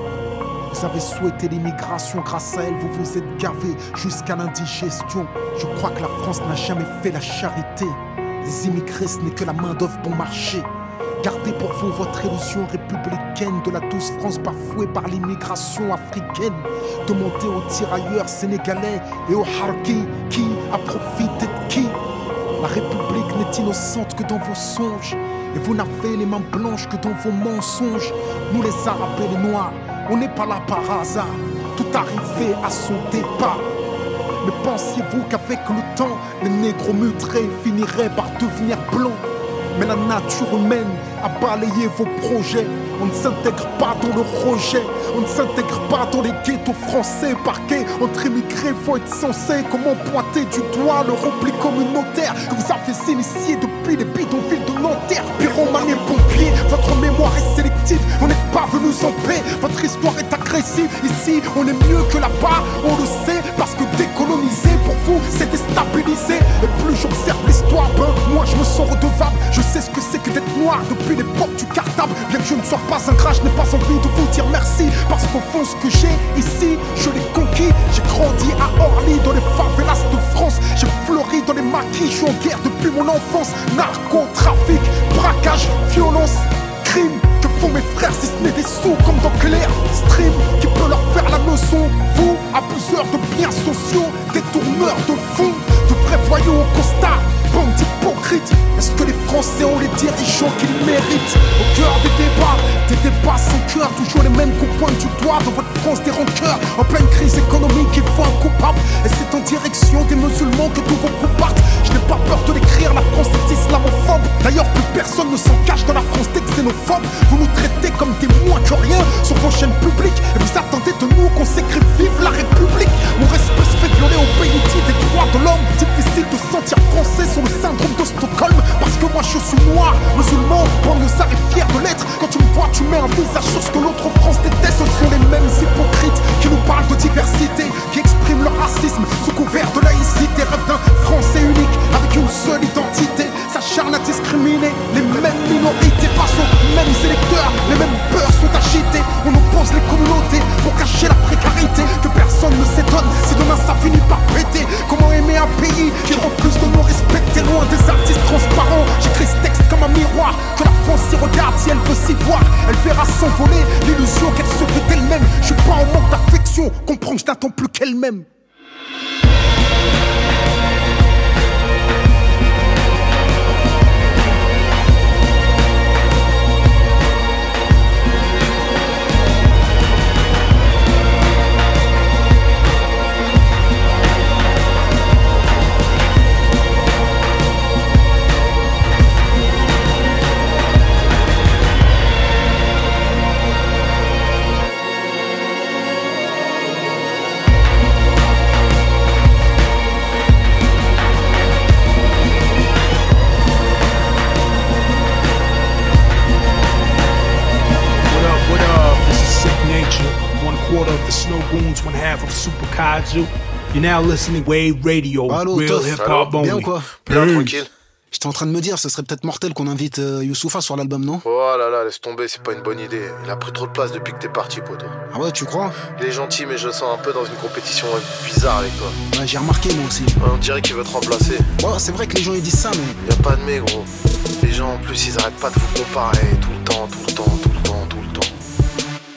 Vous avez souhaité l'immigration, grâce à elle vous vous êtes gavé jusqu'à l'indigestion. Je crois que la France n'a jamais fait la charité. Les immigrés ce n'est que la main d'œuvre bon marché. Gardez pour vous votre illusion républicaine de la douce France bafouée par l'immigration africaine. Demandez aux tirailleurs sénégalais et aux harkis qui a profité de qui. La République n'est innocente que dans vos songes. Et vous n'avez les mains blanches que dans vos mensonges. Nous les Arabes et les Noirs, on n'est pas là par hasard, tout arrivé à son départ. Mais pensiez-vous qu'avec le temps, les négros mutrés finiraient par devenir blancs? Mais la nature humaine a balayé vos projets. On ne s'intègre pas dans le rejet. On ne s'intègre pas dans les ghettos français. Parqués entre immigrés, faut être censé. Comment pointer du doigt le repli communautaire que vous avez initié depuis les bidonvilles de Nanterre? Pyromane et pompiers, votre mémoire est sélective. On n'est pas venus en paix, votre histoire est agressive. Ici, on est mieux que là-bas, on le sait. Parce que décoloniser pour vous, c'est déstabiliser. Et plus j'observe l'histoire, ben moi je me sens redevable. Je sais ce que c'est que d'être noir depuis l'époque du cartable. Bien que je ne sois pas ingrat, je n'ai pas envie de vous dire merci. Parce qu'au fond ce que j'ai ici, je l'ai conquis. J'ai grandi à Orly, dans les favelas de France. J'ai fleuri dans les maquis, je suis en guerre depuis mon enfance. Narcotrafic, braquage, violence, crime. Que font mes frères si ce n'est des sous comme dans Clair Stream? Qui peut leur faire la leçon? Vous, abuseurs de biens sociaux, détourneurs de fonds, de vrais voyous au costard, bande d'hypocrites. Est-ce que les Français ont les dirigeants qu'ils méritent? Au cœur des débats, des débats sans cœur, toujours les mêmes qu'on pointe du doigt dans votre France des rancœurs. En pleine crise économique, il faut un coupable. Et c'est en direction des musulmans que tous vos coups partent. Je n'ai pas peur de l'écrire, la France est islamophobe. D'ailleurs, plus personne ne s'en cache dans la France des xénophobes. Vous nous traitez comme des moins que rien sur vos chaînes publiques. Et vous attendez de nous qu'on s'écrive vive la République. Mon respect se fait violer au pays dit des droits de l'homme. Difficile de sentir français sur le syndrome de Stockholm. Parce que moi je suis noir, musulman, banlieusard et fier de l'être. Quand tu me vois tu mets un visage sur ce que l'autre France déteste. Ce sont les mêmes hypocrites qui nous parlent de diversité, qui expriment leur racisme sous couvert de laïcité. Rêve d'un français unique avec une seule identité. S'acharne à discriminer les mêmes minorités face aux mêmes électeurs. Les mêmes peurs sont agités. On oppose les communautés pour cacher la précarité. Que personne ne s'étonne si demain ça finit par péter. Comment aimer un pays qui refuse de nous respecter? Loin des artistes transparents, j'écris ce texte comme un miroir. Que la France s'y regarde si elle veut s'y voir. Elle verra s'envoler l'illusion qu'elle se fait d'elle-même. Je suis pas en manque d'affection, comprends que je n'attends plus qu'elle-même. One half of Super Kaiju. You're now listening to Wave Radio. Allô, Real Toff. hip hop only. Bien ou quoi? Bien, tranquille. J'étais en train de me dire, ce serait peut-être mortel qu'on invite euh, Youssoupha sur l'album, non? Oh là là, laisse tomber, c'est pas une bonne idée. Il a pris trop de place depuis que t'es parti, poto. Ah ouais, tu crois? Il est gentil, mais je le sens un peu dans une compétition bizarre avec toi. Ouais, j'ai remarqué moi aussi. Ouais, on dirait qu'il veut te remplacer. Ouais, c'est vrai que les gens ils disent ça, mais... Y'a pas de mais, gros. Les gens, en plus, ils arrêtent pas de vous comparer tout le temps, tout le temps, tout le temps, tout le temps.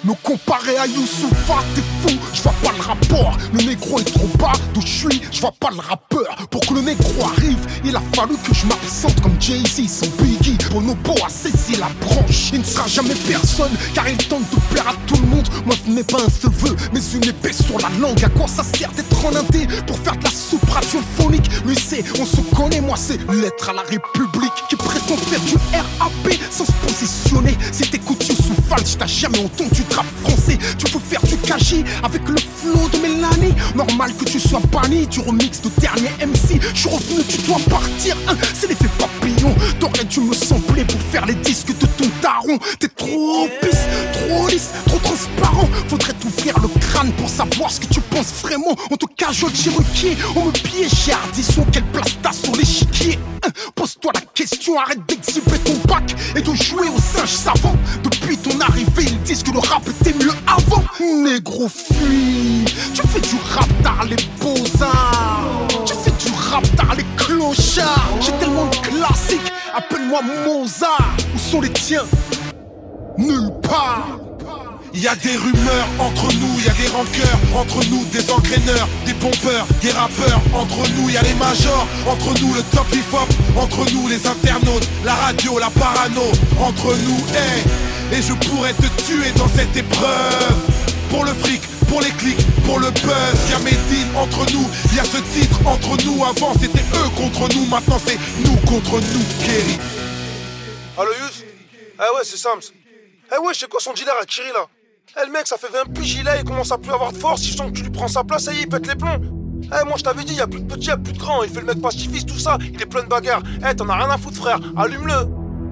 Me comparer à Youssoufa, t'es fou, je vois pas le rapport. Le négro est trop bas, d'où je suis, je vois pas le rappeur. Pour que le négro arrive, il a fallu que je m'absente comme Jay-Z, son Biggie. Bonobo a saisi la branche, il ne sera jamais personne, car il tente de plaire à tout le monde. Moi ce n'est pas un cheveu, mais une épée sur la langue. À quoi ça sert d'être en indé pour faire de la soupe radiophonique? Lui c'est, on se connaît, moi c'est l'être à la République qui prétend faire du R A P sans se positionner. Si t'écoutes Youssouf Falch, t'as jamais entendu de rap français. Tu veux faire du K J avec le flow de Mélanie. Normal que tu sois banni du remix de dernier M C. Je suis revenu, tu dois partir, hein, c'est l'effet papillon. T'aurais dû me sampler pour faire les disques de ton daron. T'es trop pisse, trop lisse, trop transparent. Faudrait t'ouvrir le crâne pour savoir ce que tu penses vraiment. On te cajote chez Ruquier, on me piège chez Ardisson. Quelle place t'as sur l'échiquier, hein? Pose-toi la question, arrête d'exhiber ton bac et de jouer au singe savant. Depuis ton arrivée, ils disent que le rap était mieux avant. Négro fuis, tu fais du rap d'art les beaux-arts. Tu fais du rap d'art les clochards. J'ai tellement de classiques, appelle-moi Mozart. Où sont les tiens? Nulle part. Y'a des rumeurs entre nous, y'a des rancœurs entre nous, des engraineurs, des pompeurs, des rappeurs. Entre nous y'a les majors, entre nous le top hip-hop, entre nous les internautes, la radio, la parano. Entre nous, hey, et je pourrais te tuer dans cette épreuve. Pour le fric, pour les clics, pour le buzz. Y'a Medine entre nous, y'a ce titre entre nous. Avant c'était eux contre nous, maintenant c'est nous contre nous, Kerry. Allo Yous? Eh ouais, c'est Sams. Eh ouais, je sais quoi son dealer à Kiri là? Eh le mec, ça fait vingt piges, il est, il commence à plus avoir de force. Si je sens que tu lui prends sa place, ça y est, il pète les plombs. Eh moi je t'avais dit, y'a plus de petit, y'a plus de grand. Il fait le mec pacifiste, tout ça, il est plein de bagarres. Eh t'en as rien à foutre frère, allume-le.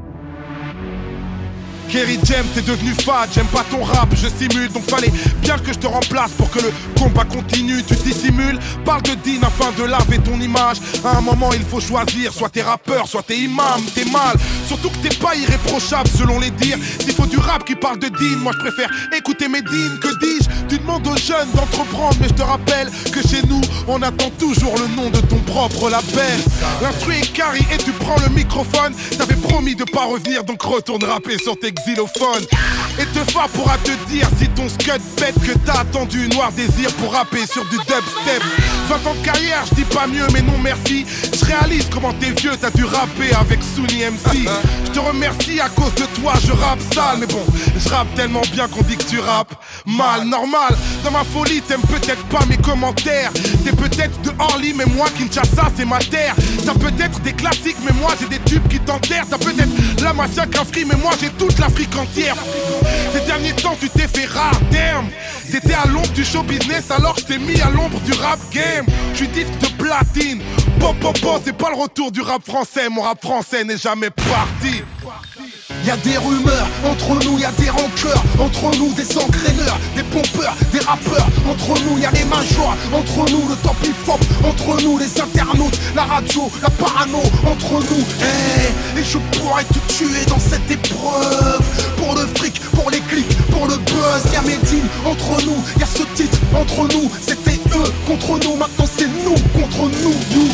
Kerry James, t'es devenu fade, j'aime pas ton rap, je simule. Donc fallait bien que je te remplace pour que le combat continue. Tu dissimules, parle de Dean afin de laver ton image. À un moment il faut choisir, soit t'es rappeur, soit t'es imam, t'es mal. Surtout que t'es pas irréprochable selon les dires. S'il faut du rap qui parle de Dean, moi je préfère écouter mes Dean. Que dis-je? Tu demandes aux jeunes d'entreprendre, mais je te rappelle que chez nous on attend toujours le nom de ton propre label. L'instru est carré et tu prends le microphone. T'avais promis de pas revenir, donc retourne rapper sur tes xylophone. Et Tefa pourra te dire si ton scud pète que t'as attendu Noir Désir pour rapper sur du dubstep. Vingt ans de carrière, je dis pas mieux mais non merci. Je réalise comment t'es vieux, t'as dû rapper avec Souni M C. Je te remercie, à cause de toi je rappe sale. Mais bon, je rappe tellement bien qu'on dit que tu rappes mal. Normal, dans ma folie t'aimes peut-être pas mes commentaires. T'es peut-être de Orly mais moi Kinshasa c'est ma terre. T'as peut-être des classiques mais moi j'ai des tubes qui t'enterrent. T'as peut-être la mafia Cafri mais moi j'ai toute l'Afrique entière. Ces derniers temps tu t'es fait rare, terme. T'étais à l'ombre du show business alors je t'ai mis à l'ombre du rap game. Je suis disque de platine. Pop pop pop, c'est pas le retour du rap français. Mon rap français n'est jamais parti. Y'a des rumeurs, entre nous y'a des rancœurs. Entre nous des engraineurs, des pompeurs, des rappeurs. Entre nous y'a les majors, entre nous le top hip-hop. Entre nous les internautes, la radio, la parano. Entre nous, hey, et je pourrais te tuer dans cette épreuve. Pour le fric, pour les clics, pour le buzz. Y'a Medine, entre nous, y'a ce titre. Entre nous, c'était eux contre nous. Maintenant c'est nous contre nous, nous.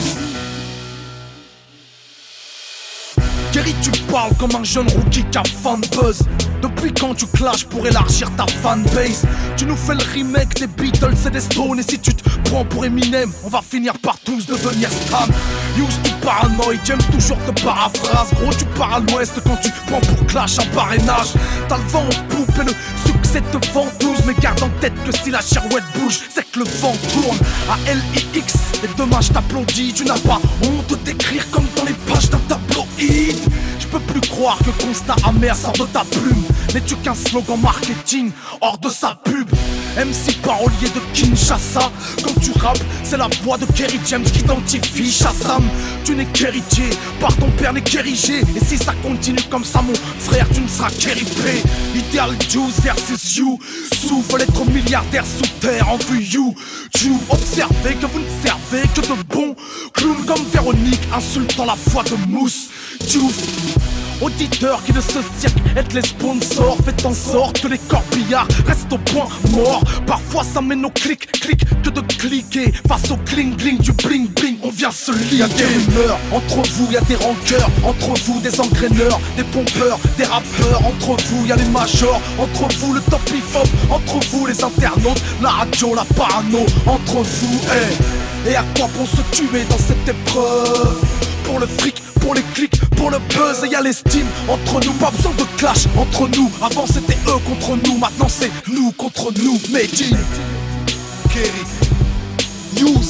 Kerry, tu parles comme un jeune rookie qui a fan buzz. Depuis quand tu clashes pour élargir ta fanbase? Tu nous fais le remake des Beatles et des Stones. Et si tu te prends pour Eminem, on va finir par tous devenir Stan. Use tu paranoïe, James toujours te paraphrase. Gros tu pars à l'ouest quand tu prends pour Clash un parrainage. T'as le vent en poupe et le succès te ventouse. Mais garde en tête que si la girouette bouge, c'est que le vent tourne. À L I X, et demain je t'applaudis. Tu n'as pas honte d'écrire comme dans les pages d'un tabloïd. Je peux plus croire que constat amer sort de ta plume. N'es-tu qu'un slogan marketing hors de sa pub? M C parolier de Kinshasa. Quand tu rappes, c'est la voix de Kerry James qui identifie Shazam. Tu n'es qu'héritier, par ton père n'est qu'érigé. Et si ça continue comme ça mon frère, tu ne seras qu'R I P. Ideal Juice versus you. Sous veulent être milliardaires sous terre en vue you. You observez que vous ne servez que de bons clowns comme Véronique insultant la foi de Mousse Diouf. Auditeurs qui de ce siècle êtes les sponsors. Faites en sorte que les corbillards restent au point mort. Parfois ça met nos clics, clics que de cliquer face au cling cling du bling bling. on vient se lier. Y'a des rumeurs, entre vous y'a des rancœurs, entre vous des engraineurs, des pompeurs, des rappeurs, entre vous y'a les majors, entre vous le top hip-hop, entre vous les internautes, la radio, la parano, entre vous, hey. Et à quoi bon se tuer dans cette épreuve? Pour le fric, pour les clics, pour le buzz, et y'a l'estime entre nous, pas besoin de clash entre nous. Avant c'était eux contre nous, maintenant c'est nous contre nous. Made in Kerry News,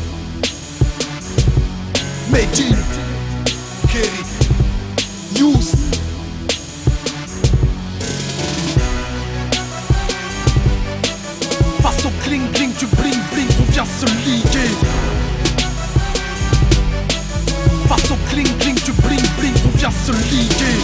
Made in Kerry News. Face au cling cling du bling bling, on vient se liguer. Face au cling cling du bling bling, on vient se liguer.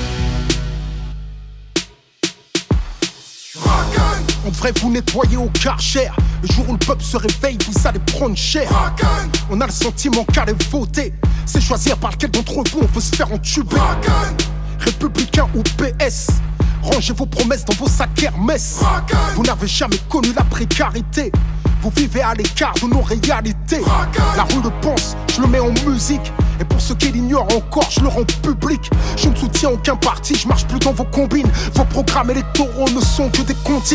On devrait vous nettoyer au Karcher. Le jour où le peuple se réveille, vous allez prendre cher. On a le sentiment qu'aller voter, c'est choisir par lequel d'entre vous on veut se faire entuber. Républicain ou P S, rangez vos promesses dans vos sacs Hermès. Vous n'avez jamais connu la précarité, vous vivez à l'écart de nos réalités. La rue le pense, je le mets en musique. Et pour ceux qui l'ignorent encore, je le rends public. Je ne soutiens aucun parti, je marche plus dans vos combines. Vos programmes électoraux ne sont que des comptines.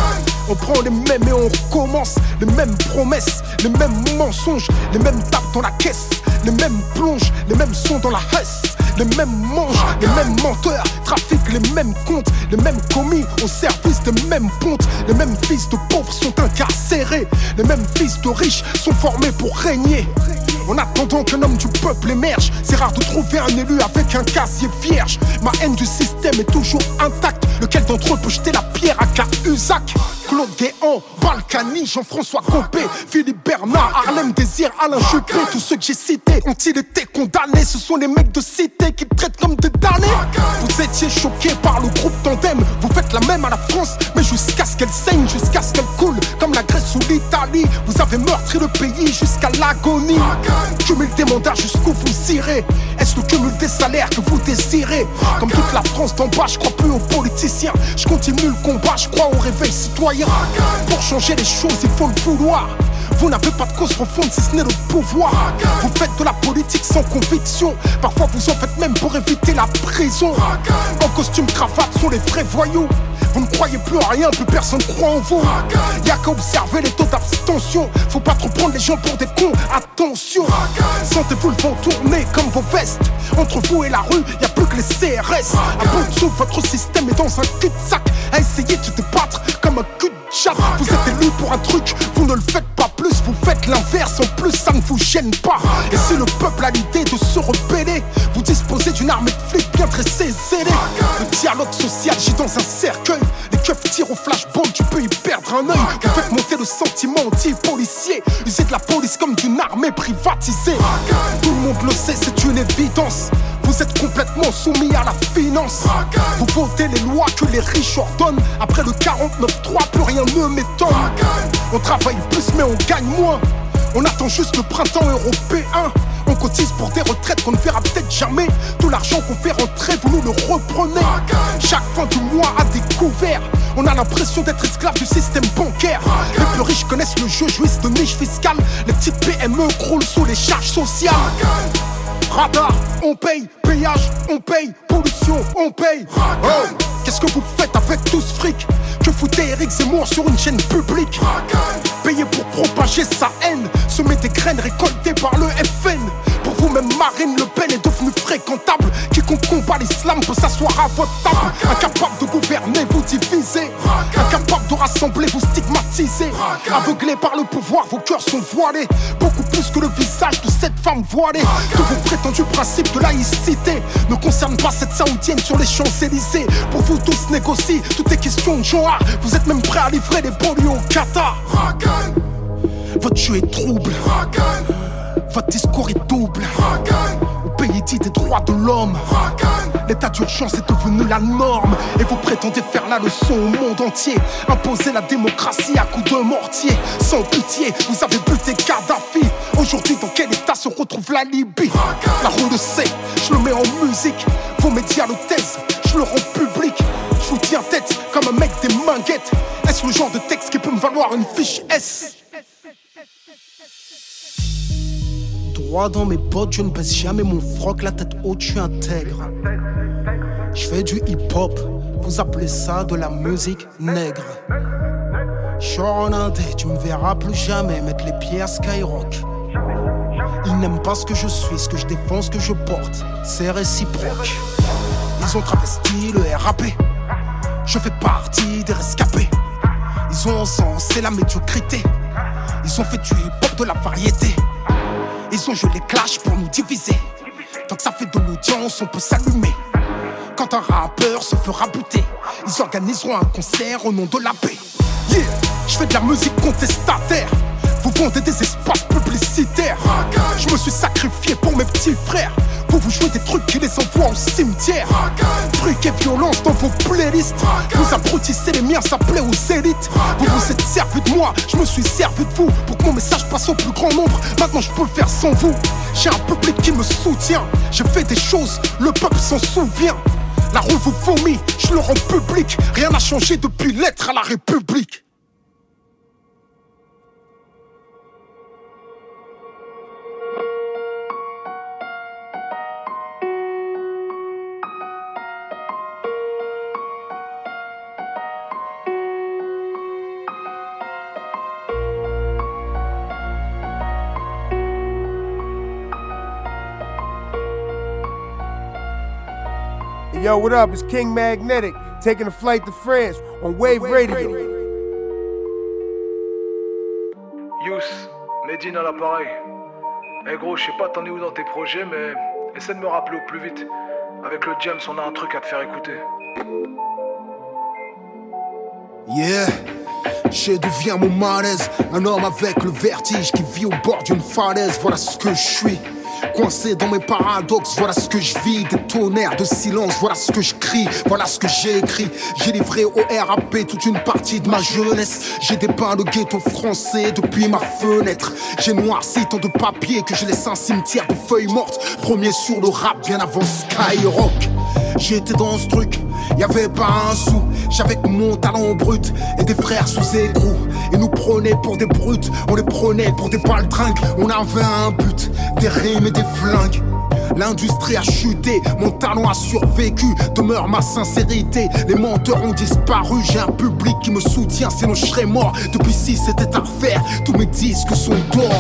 On prend les mêmes et on recommence. Les mêmes promesses, les mêmes mensonges, les mêmes tapes dans la caisse, les mêmes plonges, les mêmes sons dans la hesse. Les mêmes manches, les mêmes menteurs, trafiquent les mêmes comptes, les mêmes commis au service des mêmes pontes. Les mêmes fils de pauvres sont incarcérés, les mêmes fils de riches sont formés pour régner. En attendant qu'un homme du peuple émerge, c'est rare de trouver un élu avec un casier vierge. Ma haine du système est toujours intacte. Lequel d'entre eux peut jeter la pierre à Cahuzac? Claude Guéant, Balkany, Jean-François Copé, Philippe Bernard, Harlem Désir, Alain Juppé. Tous ceux que j'ai cités ont-ils été condamnés? Ce sont les mecs de cité qui traitent comme des damnés. Vous étiez choqués par le groupe Tandem. Vous faites la même à la France, mais jusqu'à ce qu'elle saigne, jusqu'à ce qu'elle coule comme la Grèce ou l'Italie. Vous avez meurtri le pays jusqu'à l'agonie. Cumul des mandats jusqu'où vous irez. Est-ce le cumul des salaires que vous désirez? Comme toute la France d'en bas, je crois plus aux politiciens. Je continue le combat, je crois au réveil citoyen. Pour changer les choses, il faut le vouloir. Vous n'avez pas de cause profonde si ce n'est le pouvoir. Vous faites de la politique sans conviction. Parfois vous en faites même pour éviter la prison. En costume cravate sont les vrais voyous. Vous ne croyez plus en rien, plus personne croit en vous. Y'a qu'à observer les taux d'abstention. Faut pas trop prendre les gens pour des cons, attention. Sentez-vous le vent tourner comme vos vestes. Entre vous et la rue, y'a plus que les C R S. À bout de souffle, votre système est dans un cul-de-sac. À essayer de se débattre comme un cul de chat. Vous êtes élu pour un truc, vous ne le faites pas plus. Vous faites l'inverse, en plus ça ne vous gêne pas. Et si le peuple a l'idée de se rebeller, vous disposez d'une armée de flics bien dressée et zélée. Le dialogue social gît dans un cercueil. Les keufs tirent au flashball, tu peux y perdre un œil. Vous faites monter le sentiment anti-policier. Usez de la police comme d'une armée privatisée. Tout le monde le sait, c'est une évidence. Vous êtes complètement soumis à la finance. Vous votez les lois que les riches ordonnent. Après le quarante-neuf trois, plus rien ne m'étonne. On travaille plus mais on gagne moins. On attend juste le printemps européen. On cotise pour des retraites qu'on ne verra peut-être jamais. Tout l'argent qu'on fait rentrer, vous nous le reprenez. Chaque fin du mois à découvert, on a l'impression d'être esclave du système bancaire. Les plus riches connaissent le jeu, jouissent de niches fiscales. Les petites P M E croulent sous les charges sociales. Radar, on paye, péage, on paye, pollution, on paye. Oh, qu'est-ce que vous faites avec tout ce fric? Que foutez Eric Zemmour sur une chaîne publique? Payé pour propager sa haine, semer des graines récoltées par le F N. Pour vous-même, Marine Le Pen est devenue fréquentable. Quiconque combat l'islam peut s'asseoir à votre table. Incapable de gouverner, vous divisez. Incapable de rassembler, vous stigmatisez. Aveuglés par le pouvoir, vos cœurs sont voilés. Beaucoup plus que le visage de cette femme voilée. Que vos prétendus principes de laïcité ne concernent pas cette saoudienne sur les Champs-Élysées. Pour vous tous négocie, tout est question de genre. Vous êtes même prêts à livrer les banlieues au Qatar. Votre jeu est trouble. Votre discours est double. Au pays dit des droits de l'homme, l'état d'urgence est devenu la norme. Et vous prétendez faire la leçon au monde entier. Imposer la démocratie à coups de mortier. Sans pitié, vous avez buté Kadhafi. Aujourd'hui, dans quel état se retrouve la Libye? La rue le sait, je le mets en musique. Vos médias le taisent, je le rends public. Je vous tiens tête comme un mec des minguettes. Est-ce le genre de texte qui peut me valoir une fiche S? droit dans mes bottes, je ne baisse jamais mon froc, la tête haute, je suis intègre. Je fais du hip-hop, vous appelez ça de la musique nègre. Je en indé, tu me verras plus jamais mettre les pieds à Skyrock. Ils n'aiment pas ce que je suis, ce que je défends, ce que je porte, c'est réciproque. Ils ont travesti le R A P, je fais partie des rescapés. Ils ont encensé la médiocrité, ils ont fait du hip-hop de la variété. Ils ont joué les clashs pour nous diviser. Tant que ça fait de l'audience, on peut s'allumer. Quand un rappeur se fera buter, ils organiseront un concert au nom de la paix. Yeah, je fais de la musique contestataire. Vous vendez des espaces publicitaires. Je me suis sacrifié pour mes petits frères. Vous vous jouez des trucs qui les envoient au cimetière. Fric et violence dans vos playlists. Vous abrutissez les miens, ça plaît aux élites. Vous vous êtes servi de moi, je me suis servi de vous. Pour que mon message passe au plus grand nombre. Maintenant je peux le faire sans vous. J'ai un public qui me soutient. J'ai fait des choses, le peuple s'en souvient. La rue vous vomit, je le rends public. Rien n'a changé depuis l'être à la République. Yo, what up? It's King Magnetic, taking a flight to France on Wave Radio. Yous, Medine à l'appareil. Eh gros, je sais pas t'en es où dans tes projets, mais essaie de me rappeler au plus vite. Avec le James, on a un truc à te faire écouter. Yeah, je deviens mon malaise. Un homme avec le vertige qui vit au bord d'une falaise. Voilà ce que je suis. Coincé dans mes paradoxes, voilà ce que je vis. Des tonnerres de silence, voilà ce que je crie. Voilà ce que j'ai écrit. J'ai livré au R A P toute une partie de ma jeunesse. J'ai dépeint le ghetto français depuis ma fenêtre. J'ai noirci tant de papier que je laisse un cimetière de feuilles mortes. Premier sur le rap bien avant Skyrock. J'étais dans ce truc, y'avait pas un sou. J'avais que mon talent brut et des frères sous écrou. Ils nous prenaient pour des brutes, on les prenait pour des baltringues. On avait un but, des rimes et des flingues. L'industrie a chuté, mon talent a survécu. Demeure ma sincérité, les menteurs ont disparu. J'ai un public qui me soutient, sinon je serais mort. Depuis si c'était à refaire, tous mes disques sont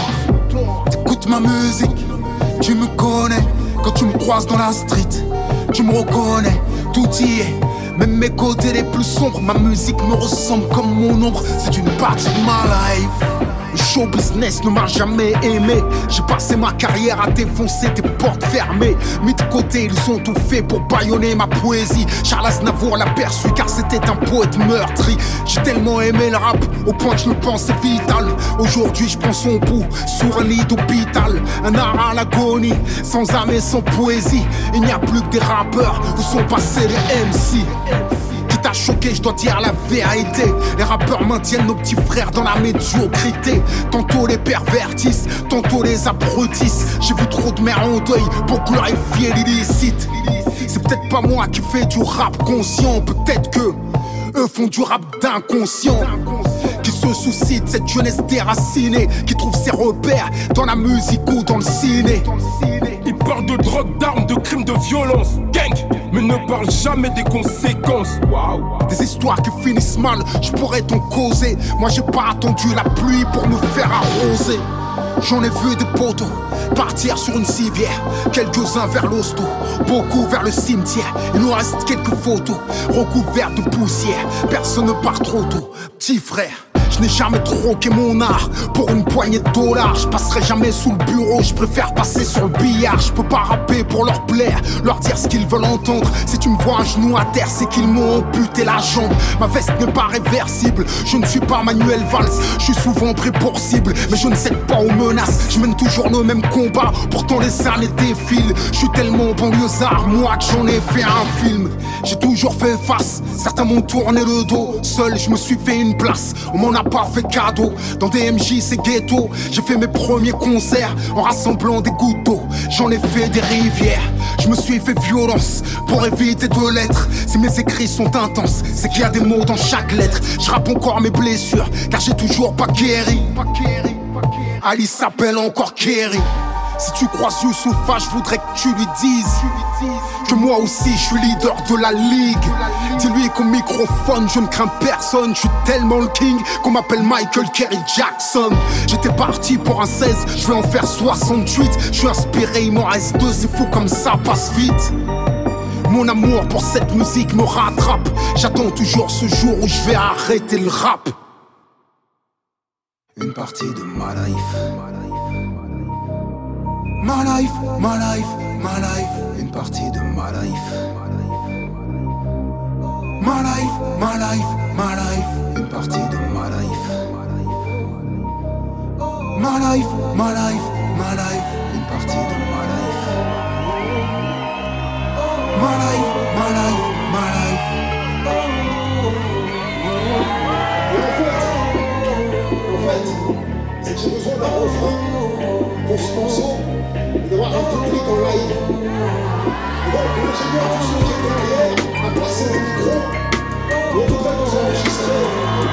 d'or. T'écoutes ma musique, tu me connais. Quand tu me croises dans la street, tu me reconnais, tout y est. Même mes côtés les plus sombres, ma musique me ressemble comme mon ombre. C'est une partie de ma life. Le show business ne m'a jamais aimé. J'ai passé ma carrière à défoncer des portes fermées. Mis de côté, ils ont tout fait pour bâillonner ma poésie. Charles Aznavour l'a perçu car c'était un poète meurtri. J'ai tellement aimé le rap au point que je le pensais vital. Aujourd'hui je prends son bout sur un lit d'hôpital. Un art à l'agonie, sans âme et sans poésie. Il n'y a plus que des rappeurs où sont passés les M C. Quitte à choquer, je dois dire la vérité. Les rappeurs maintiennent nos petits frères dans la médiocrité. Tantôt les pervertissent, tantôt les abrutissent. J'ai vu trop de mères en deuil pour glorifier l'illicite. C'est peut-être pas moi qui fais du rap conscient. Peut-être que eux font du rap d'inconscient. Qui se soucie de cette jeunesse déracinée, qui trouve ses repères dans la musique ou dans le ciné. Ils parlent de drogue, d'armes, de crimes, de violence, gang, mais ne parlent jamais des conséquences. Waouh. Des histoires qui finissent mal, je pourrais t'en causer. Moi j'ai pas attendu la pluie pour me faire arroser. J'en ai vu des poteaux partir sur une civière, quelques-uns vers l'hosto, beaucoup vers le cimetière. Il nous reste quelques photos recouvertes de poussière. Personne ne part trop tôt, petit frère. Je n'ai jamais troqué mon art pour une poignée de dollars. Je passerai jamais sous le bureau, je préfère passer sur le billard. Je peux pas rapper pour leur plaire, leur dire ce qu'ils veulent entendre. Si tu me vois un genou à terre, c'est qu'ils m'ont amputé la jambe. Ma veste n'est pas réversible, je ne suis pas Manuel Valls. Je suis souvent pris pour cible, mais je ne cède pas aux menaces. Je mène toujours le même combat, pourtant les années défilent. Je suis tellement banlieusard, moi que j'en ai fait un film. J'ai toujours fait face, certains m'ont tourné le dos. Seul je me suis fait une place, on m'en a pas fait cadeau. Dans des M J c'est ghetto. J'ai fait mes premiers concerts en rassemblant des gouttes d'eau. J'en ai fait des rivières. Je me suis fait violence pour éviter de l'être. Si mes écrits sont intenses, c'est qu'il y a des mots dans chaque lettre. Je rappe encore mes blessures car j'ai toujours pas guéri. Ali s'appelle encore Kerry. Si tu croises Youssoufa, je voudrais que tu lui dises que moi aussi je suis leader de la ligue. Dis-lui qu'au microphone je ne crains personne. Je suis tellement le king qu'on m'appelle Michael Kerry Jackson. J'étais parti pour un seize, je vais en faire soixante-huit. Je suis inspiré, il m'en reste deux, c'est fou comme ça passe vite. Mon amour pour cette musique me rattrape. J'attends toujours ce jour où je vais arrêter le rap. Une partie de ma life. My life, my life, my life. Une partie de ma life. My life, my life, my life. Une partie de ma life. My life, my life, my life. Une partie de ma life. My life, my life, my life. En fait, c'est que j'ai besoin d'un refrain pour ce morceau et d'avoir un déclic en live. Et donc l'ingénieur du son qui est derrière a placé le micro et on voudrait nous enregistrer.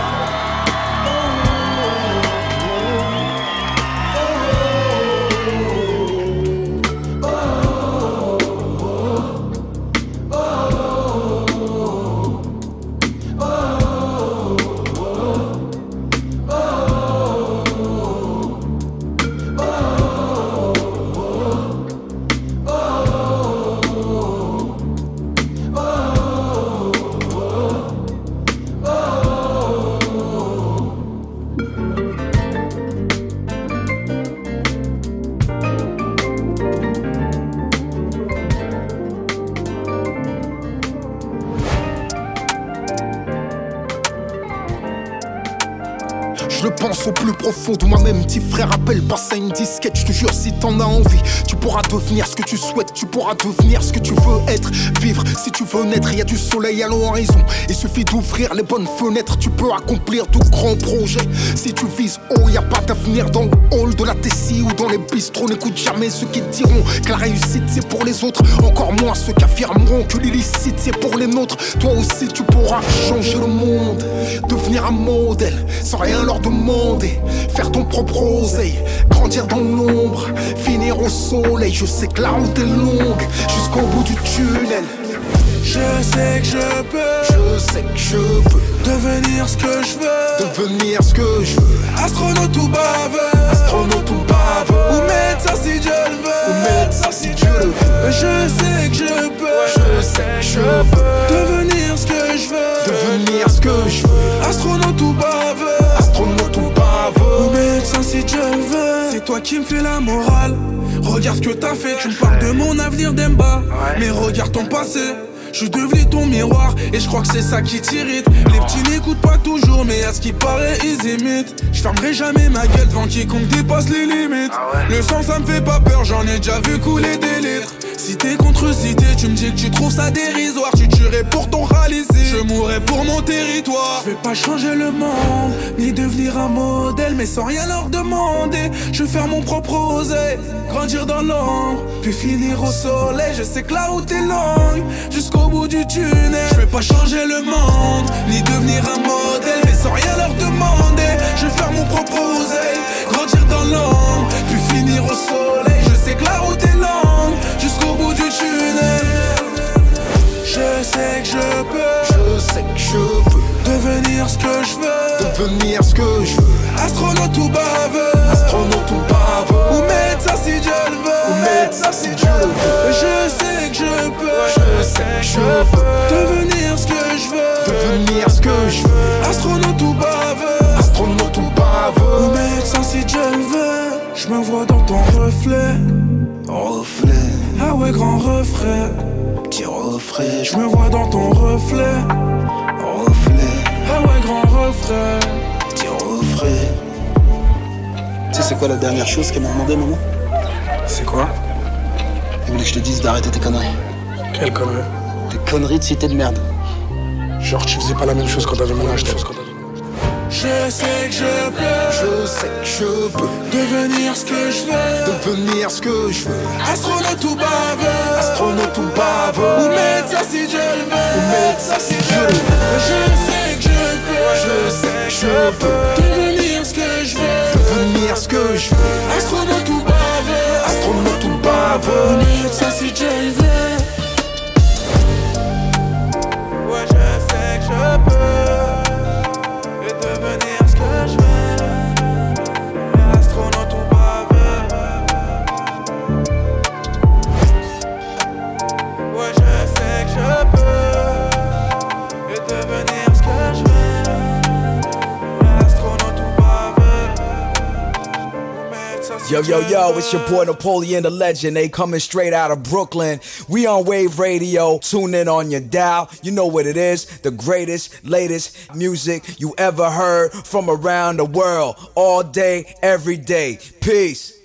Je le pense au plus profond de moi-même, petit frère, appelle, passe à une disquette, je te jure si t'en as envie, tu pourras devenir ce que tu souhaites, tu pourras devenir ce que tu veux être, vivre si tu veux naître, il y a du soleil à l'horizon, il suffit d'ouvrir les bonnes fenêtres, tu peux accomplir de grands projets, si tu vises haut, y a pas d'avenir dans le hall de la Tessie ou dans les bistrots, n'écoute jamais ceux qui te diront que la réussite c'est pour les autres, encore moins ceux qui affirmeront que l'illicite c'est pour les nôtres, toi aussi tu pourras changer le monde, devenir un modèle, sans rien leur demander, faire ton propre oseille, grandir dans l'ombre, finir au soleil. Je sais que la route est longue, jusqu'au bout du tunnel. Je sais que je peux, je sais que je peux devenir ce que je veux, devenir ce que je veux. Astronaute ou baveux, astronaute ou baveux, ou médecin si Dieu le veut, ou médecin si Dieu le veut. Je sais que je peux, je sais que je peux devenir ce que je veux, devenir ce que je veux. Astronaute ou baveux, astronaute ou baveux, ou médecin si Dieu le veut. C'est toi qui me fais la morale. Regarde ce que t'as fait, tu me parles de mon avenir d'Emba, mais regarde ton passé. Je suis devenu ton miroir et je crois que c'est ça qui t'irrite. Les petits n'écoutent pas toujours, mais à ce qui paraît ils imitent. Je fermerai jamais ma gueule devant quiconque dépasse les limites. Le sang ça me fait pas peur, j'en ai déjà vu couler des litres. Si t'es contre cité, tu me dis que tu trouves ça dérisoire. Tu tuerais pour ton rallye, je mourrais pour mon territoire. Je vais pas changer le monde, ni devenir un modèle, mais sans rien leur demander. Je vais faire mon propre oseille, grandir dans l'ombre, puis finir au soleil. Je sais que la route est longue, jusqu'au au bout du tunnel. Je vais pas changer le monde, ni devenir un modèle, mais sans rien leur demander. Je vais faire mon propre oseille, grandir dans l'ombre, puis finir au soleil. Je sais que la route est longue, jusqu'au bout du tunnel. Je sais que je peux, je sais que je peux devenir ce que je veux, devenir ce que je veux. Astronaute ou baveux, astronaute ou baveux, ou médecin si Dieu le veut, ou médecin si Dieu le veut. Je sais que je peux, je sais que je peux devenir ce que je veux, devenir ce que je veux. Astronaute ou baveux, astronaute ou baveux, ou médecin si Dieu le veut. Je me vois dans ton reflet, reflet. Ah ouais, grand reflet, petit reflet. Je me vois dans ton reflet, reflet. Ah ouais, grand reflet, petit reflet. Tu sais c'est quoi la dernière chose qu'elle m'a demandé, maman? C'est quoi? Elle voulait que je te dise d'arrêter tes conneries. Quelle connerie? Tes conneries de cité de merde. Genre tu faisais pas la même chose quand t'avais mon âge, toi. Je sais que je peux, je sais que je peux devenir ce que je veux, devenir ce que je veux. Astronaute ou baveux, astronaute ou baveux, ou médecin si Dieu le veut, ou médecin si Dieu le veut. Je sais que je peux, je sais que je peux devenir ce que je veux, devenir ce que je veux. Astronaute ou baveux, astronaute ça si Dieu le veut. Ouais, je sais que je peux et devenir ce que je veux. Astronaute ou baveux. Ouais, je sais que je peux et devenir ce que je veux. Astronaute ou baveux. Yo, yo, yo, it's your boy Napoleon the Legend. They coming straight out of Brooklyn. We on Wave Radio. Tune in on your dial. You know what it is. The greatest, latest music you ever heard from around the world. All day, every day. Peace.